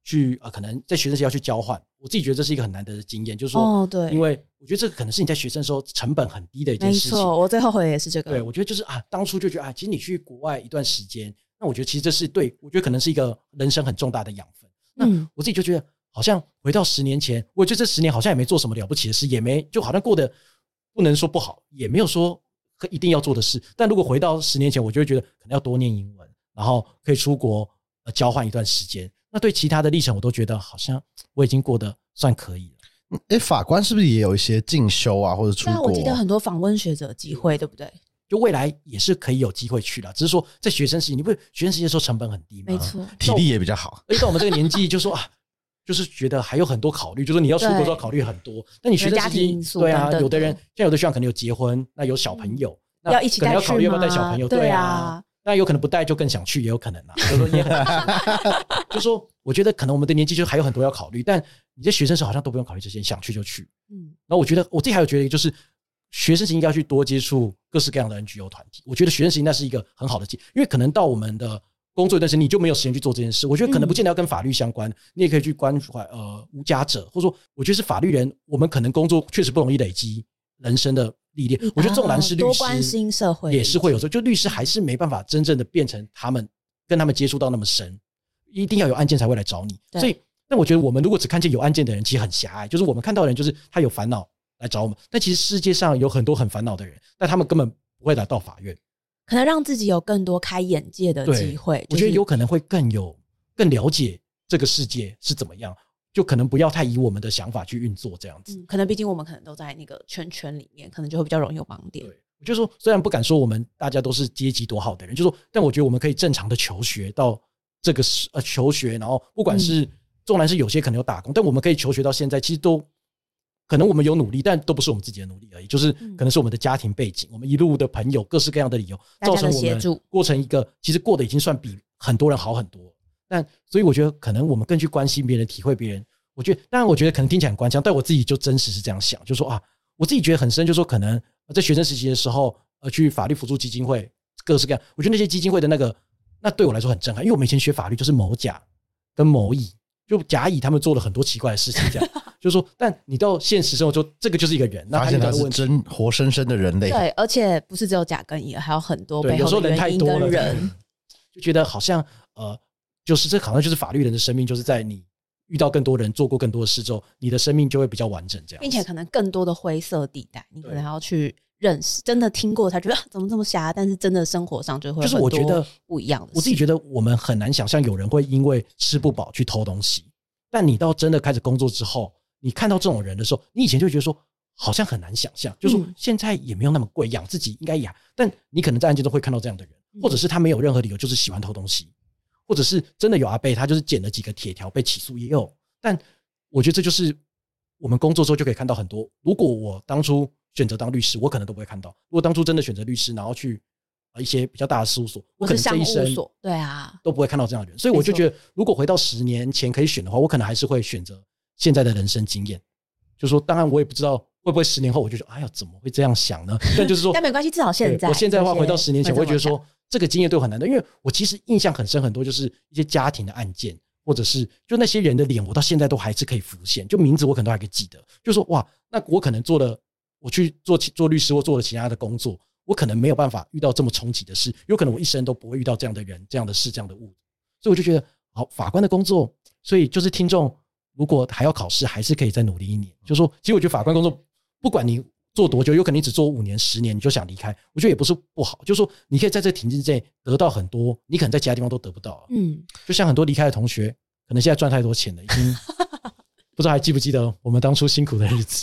去可能在学生时要去交换，我自己觉得这是一个很难得的经验，就是说， 对， 因为我觉得这个可能是你在学生的时候成本很低的一件事情。 没错，我最后悔也是这个。 对，我觉得就是当初就觉得其实你去国外一段时间，那我觉得其实这是对我觉得可能是一个人生很重大的养分。那我自己就觉得好像回到10年前，我觉得这10年好像也没做什么了不起的事，也没就好像过得不能说不好，也没有说一定要做的事。但如果回到10年前，我就会觉得可能要多念英文，然后可以出国交换一段时间。那对其他的历程，我都觉得好像我已经过得算可以了。 法官是不是也有一些进修啊，或者出国？ 我记得很多访问学者机会，对不对？ 就未来也是可以有机会去了，只是说在学生时期，你不学生时期的时候成本很低嘛， 没错， 体力也比较好。 而且到我们这个年纪，就说就是觉得还有很多考虑，就是你要出国都要考虑很多。那你学生时期，对啊，有的人像有的学校可能有结婚，那有小朋友，那要一起带去吗？ 可能要考虑要不要带小朋友，对啊。那有可能不带就更想去，也有可能就是说也很就是说我觉得可能我们的年纪就还有很多要考虑，但你在学生时候好像都不用考虑这些，想去就去。然后我觉得我自己还有觉得就是学生时应该要去多接触各式各样的 NGO 团体，我觉得学生时那是一个很好的因为可能到我们的工作一段时间你就没有时间去做这件事。我觉得可能不见得要跟法律相关，你也可以去关怀无家者，或者说我觉得是法律人，我们可能工作确实不容易累积人生的历练。我觉得纵然是律师， 多关心社会也是会有时候，就律师还是没办法真正的变成跟他们接触到那么深，一定要有案件才会来找你。所以，但我觉得我们如果只看见有案件的人，其实很狭隘，就是我们看到的人就是他有烦恼来找我们，但其实世界上有很多很烦恼的人，但他们根本不会来到法院， 可能让自己有更多开眼界的机会。 我觉得有可能会更了解这个世界是怎么样。就可能不要太以我们的想法去运作这样子。 可能毕竟我们可能都在那个圈里面，可能就会比较容易有盲点。 对，我就说虽然不敢说我们大家都是阶级多好的人，就说但我觉得我们可以正常的求学到这个求学，然后不管是纵然是有些可能有打工，但我们可以求学到现在，其实都可能我们有努力，但都不是我们自己的努力而已，就是可能是我们的家庭背景，我们一路的朋友各式各样的理由造成我们过成一个其实过得已经算比很多人好很多。但所以我觉得可能我们更去关心别人，体会别人。我觉得当然我觉得可能听起来很官腔，但我自己就真实是这样想，就说我自己觉得很深，就说可能在学生时期的时候去法律辅助基金会各式各样，我觉得那些基金会的那对我来说很震撼，因为我们以前学法律就是某甲跟某乙，就甲乙他们做了很多奇怪的事情这样就是说但你到现实生活中这个就是一个人，那发现他是真活生生的人类。 对，而且不是只有甲跟乙，还有很多背有时候人太多了， 人就觉得好像就是这好像就是法律人的生命，就是在你遇到更多人做过更多的事之后，你的生命就会比较完整这样， 并且可能更多的灰色地带你可能还要去认识，真的听过才觉得怎么这么瞎，但是真的生活上就会有很多不一样的事。 我自己觉得我们很难想象有人会因为吃不饱去偷东西，但你到真的开始工作之后，你看到这种人的时候，你以前就会觉得说好像很难想象，就是说现在也没有那么贵，养自己应该养，但你可能在案件中会看到这样的人，或者是他没有任何理由就是喜欢偷东西，或者是真的有阿伯他就是捡了几个铁条被起诉也有。但我觉得这就是我们工作之后就可以看到很多，如果我当初选择当律师，我可能都不会看到，如果当初真的选择律师然后去一些比较大的事务所，我可能这一生对啊都不会看到这样的人。所以我就觉得如果回到10年前可以选的话，我可能还是会选择现在的人生经验，就是说当然我也不知道会不会10年后我就说哎呀怎么会这样想呢，但就是说但没关系，至少现在我现在的话回到10年前我会觉得说这个经验对我很难的，因为我其实印象很深，很多就是一些家庭的案件，或者是就那些人的脸我到现在都还是可以浮现，就名字我可能都还可以记得，就说哇那我可能我去做律师或做了其他的工作，我可能没有办法遇到这么冲击的事，有可能我一生都不会遇到这样的人这样的事这样的物，所以我就觉得好法官的工作，所以就是听众如果还要考试还是可以再努力1年，就是说其实我觉得法官工作不管你做多久，有可能你只做5年10年你就想离开，我觉得也不是不好，就是说你可以在这个体制内得到很多你可能在其他地方都得不到就像很多离开的同学可能现在赚太多钱了，已经不知道还记不记得我们当初辛苦的日子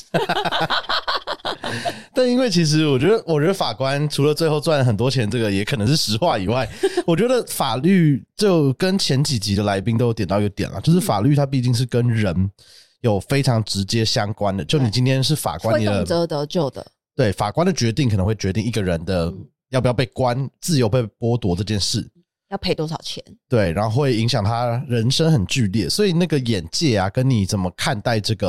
但因为其实我觉得法官除了最后赚很多钱这个也可能是实话以外，我觉得法律就跟前几集的来宾都有点到一个点啦，就是法律它毕竟是跟人有非常直接相关的，就你今天是法官，你的会动辄得咎的， 对，法官的决定可能会决定一个人的要不要被关，自由被剥夺这件事， 要赔多少钱， 对，然后会影响他人生很剧烈，所以那个眼界啊跟你怎么看待这个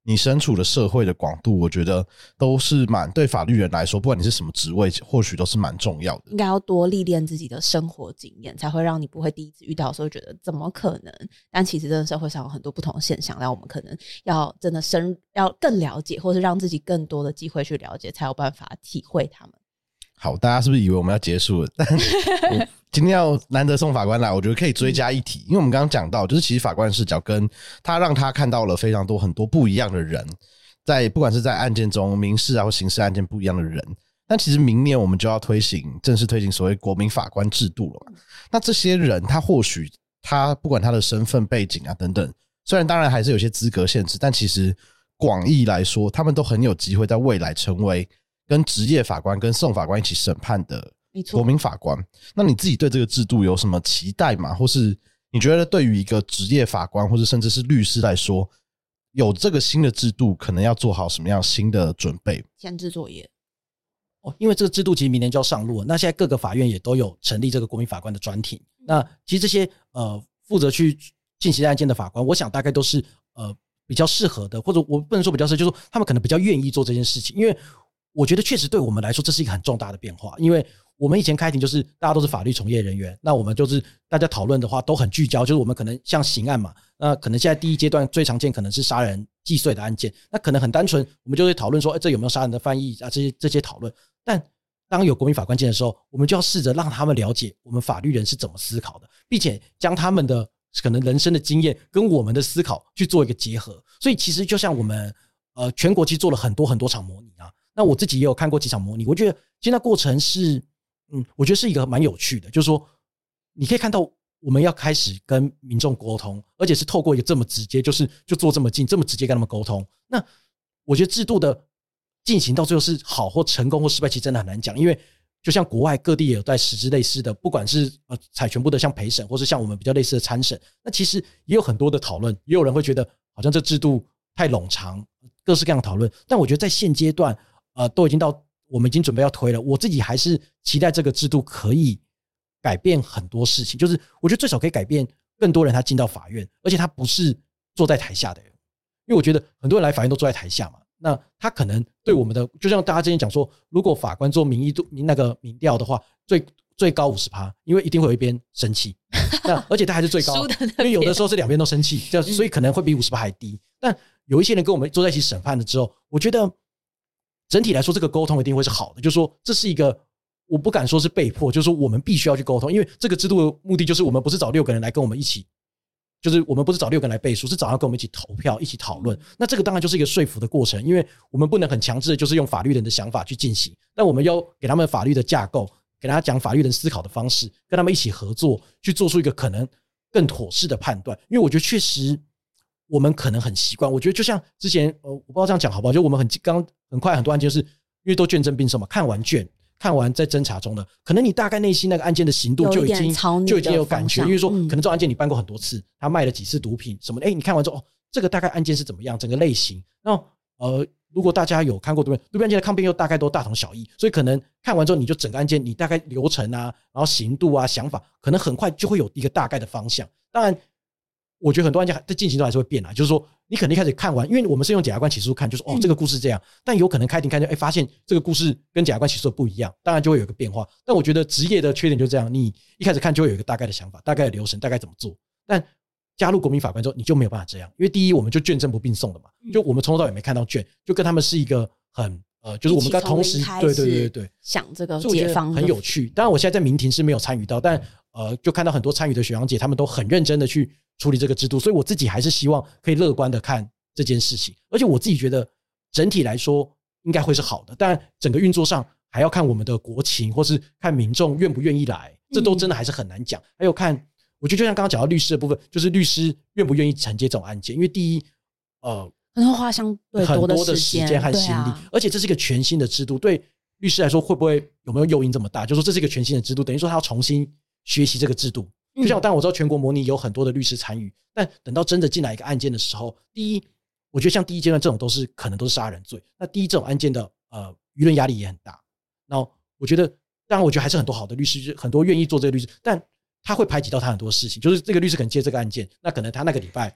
你身处的社会的广度，我觉得都是对法律人来说，不管你是什么职位，或许都是蛮重要的。 应该要多历练自己的生活经验，才会让你不会第一次遇到的时候觉得怎么可能，但其实真的社会上有很多不同的现象，让我们可能要真的要更了解，或是让自己更多的机会去了解，才有办法体会他们。 好，大家是不是以为我们要结束了？但我今天要难得送法官来，我觉得可以追加一题，因为我们刚刚讲到，就是其实法官的视角跟他让他看到了非常多很多不一样的人，在不管是在案件中民事或刑事案件不一样的人。但其实明年我们就要正式推行所谓国民法官制度了嘛。那这些人他或许他不管他的身份背景等等，虽然当然还是有些资格限制，但其实广义来说他们都很有机会在未来成为跟职业法官跟讼法官一起审判的国民法官。那你自己对这个制度有什么期待吗？或是你觉得对于一个职业法官或是甚至是律师来说，有这个新的制度可能要做好什么样新的准备？ 前置作业因为这个制度其实明年就要上路了，那现在各个法院也都有成立这个国民法官的专庭。那其实这些负责去进行案件的法官，我想大概都是比较适合的，或者我不能说比较适合，就是说他们可能比较愿意做这件事情。因为我觉得确实对我们来说这是一个很重大的变化，因为我们以前开庭就是大家都是法律从业人员，那我们就是大家讨论的话都很聚焦，就是我们可能像刑案嘛，那可能现在第一阶段最常见可能是杀人既遂的案件，那可能很单纯我们就会讨论说这有没有杀人的犯意这些讨论。但当有国民法官进的时候，我们就要试着让他们了解我们法律人是怎么思考的，并且将他们的可能人生的经验跟我们的思考去做一个结合。所以其实就像我们全国其实做了很多很多场模拟那我自己也有看过几场模拟，我觉得其实那过程是我觉得是一个蛮有趣的，就是说你可以看到我们要开始跟民众沟通，而且是透过一个这么直接，就坐这么近这么直接跟他们沟通。那我觉得制度的进行到最后是好或成功或失败，其实真的很难讲，因为就像国外各地也有在实质类似的，不管是采全部的像陪审，或是像我们比较类似的参审，那其实也有很多的讨论，也有人会觉得好像这制度太冗长，各式各样的讨论。但我觉得在现阶段都已经到我们已经准备要推了，我自己还是期待这个制度可以改变很多事情，就是我觉得最少可以改变更多人他进到法院，而且他不是坐在台下的人，因为我觉得很多人来法院都坐在台下嘛，那他可能对我们的，就像大家之前讲说，如果法官做民调的话，最高 50%， 因为一定会有一边生气，那而且他还是最高，因为有的时候是两边都生气，所以可能会比 50% 还低。但有一些人跟我们坐在一起审判了之后，我觉得整体来说这个沟通一定会是好的，就是说这是一个我不敢说是被迫，就是说我们必须要去沟通，因为这个制度的目的就是我们不是找6个人来跟我们一起，就是我们不是找6个人来背书，是找他跟我们一起投票一起讨论。那这个当然就是一个说服的过程，因为我们不能很强制的就是用法律人的想法去进行，但我们要给他们法律的架构，给他讲法律人思考的方式，跟他们一起合作去做出一个可能更妥适的判断。因为我觉得确实我们可能很习惯，我觉得就像之前我不知道这样讲好不好，就我们很快很多案件就是因为都卷证并受嘛，看完在侦查中的，可能你大概内心那个案件的刑度就已经有感觉，因为说可能这种案件你办过很多次，他卖了几次毒品什么的，你看完之后这个大概案件是怎么样，整个类型。那如果大家有看过毒品案件的抗辩又大概都大同小异，所以可能看完之后你就整个案件你大概流程然后刑度想法可能很快就会有一个大概的方向。当然我觉得很多案件在进行中还是会变就是说你可能一开始看完，因为我们是用检察官起诉看，就是这个故事这样，但有可能开庭看就发现这个故事跟检察官起诉的不一样，当然就会有一个变化。但我觉得职业的缺点就这样，你一开始看就会有一个大概的想法，大概的流程，大概怎么做。但加入国民法官之后你就没有办法这样，因为第一我们就卷证不并送的嘛，就我们从头到尾没看到卷，就跟他们是一个很就是我们跟同时对想这个解放很有趣。当然我现在在民庭是没有参与到，但就看到很多参与的学长姐他们都很认真的去处理这个制度，所以我自己还是希望可以乐观的看这件事情，而且我自己觉得整体来说应该会是好的。当然整个运作上还要看我们的国情，或是看民众愿不愿意来，这都真的还是很难讲。还有看我觉得就像刚刚讲到律师的部分，就是律师愿不愿意承接这种案件，因为第一很多花相对多的时间和心力，而且这是一个全新的制度，对律师来说会不会有没有诱因这么大，就是说这是一个全新的制度，等于说他要重新学习这个制度。就像当然我知道全国模拟有很多的律师参与，但等到真的进来一个案件的时候，第一我觉得像第一阶段这种可能都是杀人罪，那第一这种案件的舆论压力也很大。然后我觉得当然我觉得还是很多好的律师，很多愿意做这个律师，但他会排挤到他很多事情，就是这个律师可能接这个案件，那可能他那个礼拜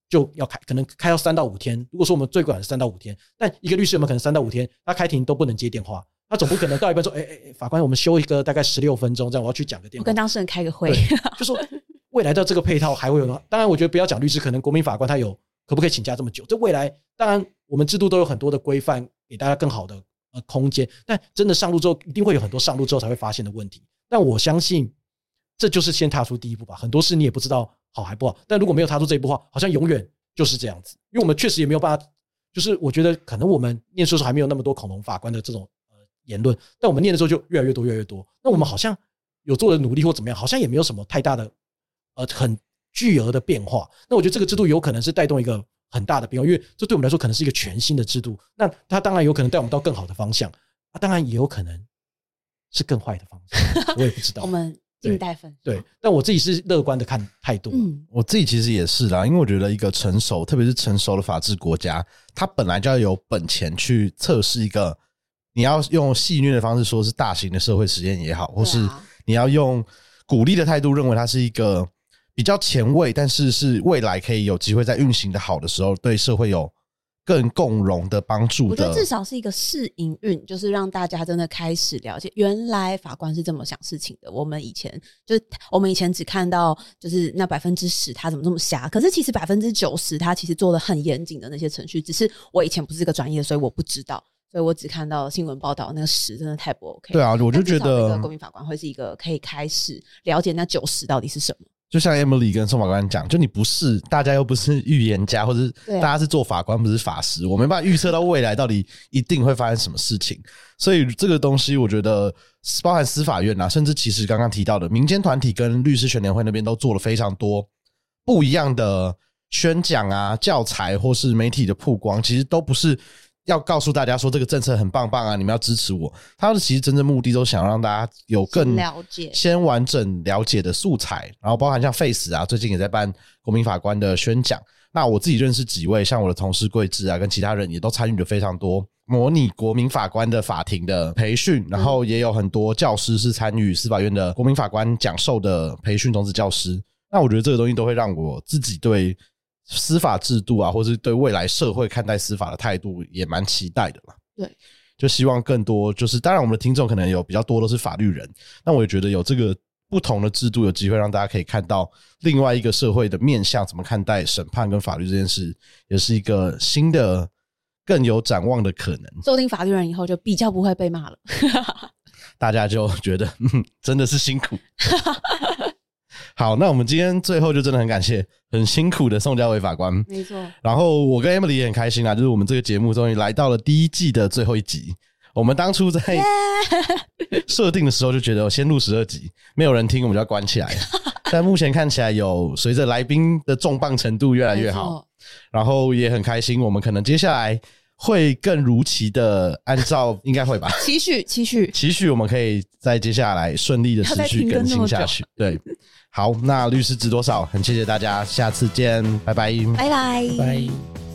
就要可能开到3到5天。如果说我们最短是3到5天，但一个律师有没有可能3到5天他开庭都不能接电话？他总不可能到一半说法官我们休一个大概16分钟，这样我要去讲个电话， 我跟当事人开个会。 就说未来的这个配套还会有，当然我觉得不要讲律师，可能国民法官他有可不可以请假这么久，这未来当然我们制度都有很多的规范给大家更好的空间，但真的上路之后一定会有很多上路之后才会发现的问题。但我相信这就是先踏出第一步吧，很多事你也不知道好还不好，但如果没有踏出这一步的话，好像永远就是这样子。因为我们确实也没有办法，就是我觉得可能我们念书的时候还没有那么多恐龙法官的这种言论，但我们念的时候就越来越多越来越多，那我们好像有做的努力或怎么样，好像也没有什么太大的很巨额的变化。那我觉得这个制度有可能是带动一个很大的变化，因为这对我们来说可能是一个全新的制度，那它当然有可能带我们到更好的方向，当然也有可能是更坏的方向，我也不知道。 我们静待分析。 对，但我自己是乐观的看态度。 我自己其实也是啦，因为我觉得一个成熟，特别是成熟的法治国家，它本来就要有本钱去测试一个，你要用戏谑的方式说是大型的社会实验也好，或是你要用鼓励的态度认为它是一个比较前卫，但是是未来可以有机会在运行的好的时候，对社会有更共融的帮助的。 我觉得至少是一个试营运，就是让大家真的开始了解，原来法官是这么想事情的。我们以前只看到就是那10%他怎么这么瞎，可是其实90%他其实做了很严谨的那些程序，只是我以前不是个专业，所以我不知道。所以我只看到新闻报道那个10真的太不 OK。 对啊，我就觉得国民法官会是一个可以开始了解那90到底是什么。 就像 Emily 跟宋法官讲，就你不是，大家又不是预言家，或者大家是做法官不是法师，我没办法预测到未来到底一定会发生什么事情。所以这个东西我觉得包含司法院啊，甚至其实刚刚提到的民间团体跟律师全联会那边都做了非常多不一样的宣讲啊、教材或是媒体的曝光，其实都不是要告诉大家说这个政策很棒棒啊，你们要支持我。他们其实真正目的都想让大家有更了解、 先完整了解的素材，然后包含像 Face 啊，最近也在办国民法官的宣讲。那我自己认识几位，像我的同事桂智啊，跟其他人也都参与了非常多模拟国民法官的法庭的培训，然后也有很多教师是参与司法院的国民法官讲授的培训种子教师。那我觉得这个东西都会让我自己对司法制度啊，或是对未来社会看待司法的态度也蛮期待的啦。 对， 就希望更多，就是当然我们的听众可能有比较多都是法律人，但我也觉得有这个不同的制度，有机会让大家可以看到另外一个社会的面向，怎么看待审判跟法律这件事，也是一个新的更有展望的可能。 说不定法律人以后就比较不会被骂了大家就觉得真的是辛苦好，那我们今天最后就真的很感谢很辛苦的宋家伟法官， 没错。 然后我跟 Emily 也很开心啦，就是我们这个节目终于来到了第1季的最后一集。我们当初在设定的时候就觉得先录12集，没有人听我们就要关起来但目前看起来有随着来宾的重磅程度越来越好，然后也很开心，我们可能接下来会更如期的按照应该会吧期许我们可以在接下来顺利的持续更新下去。对，好，那律师值多少很谢谢大家，下次见，拜拜拜拜拜。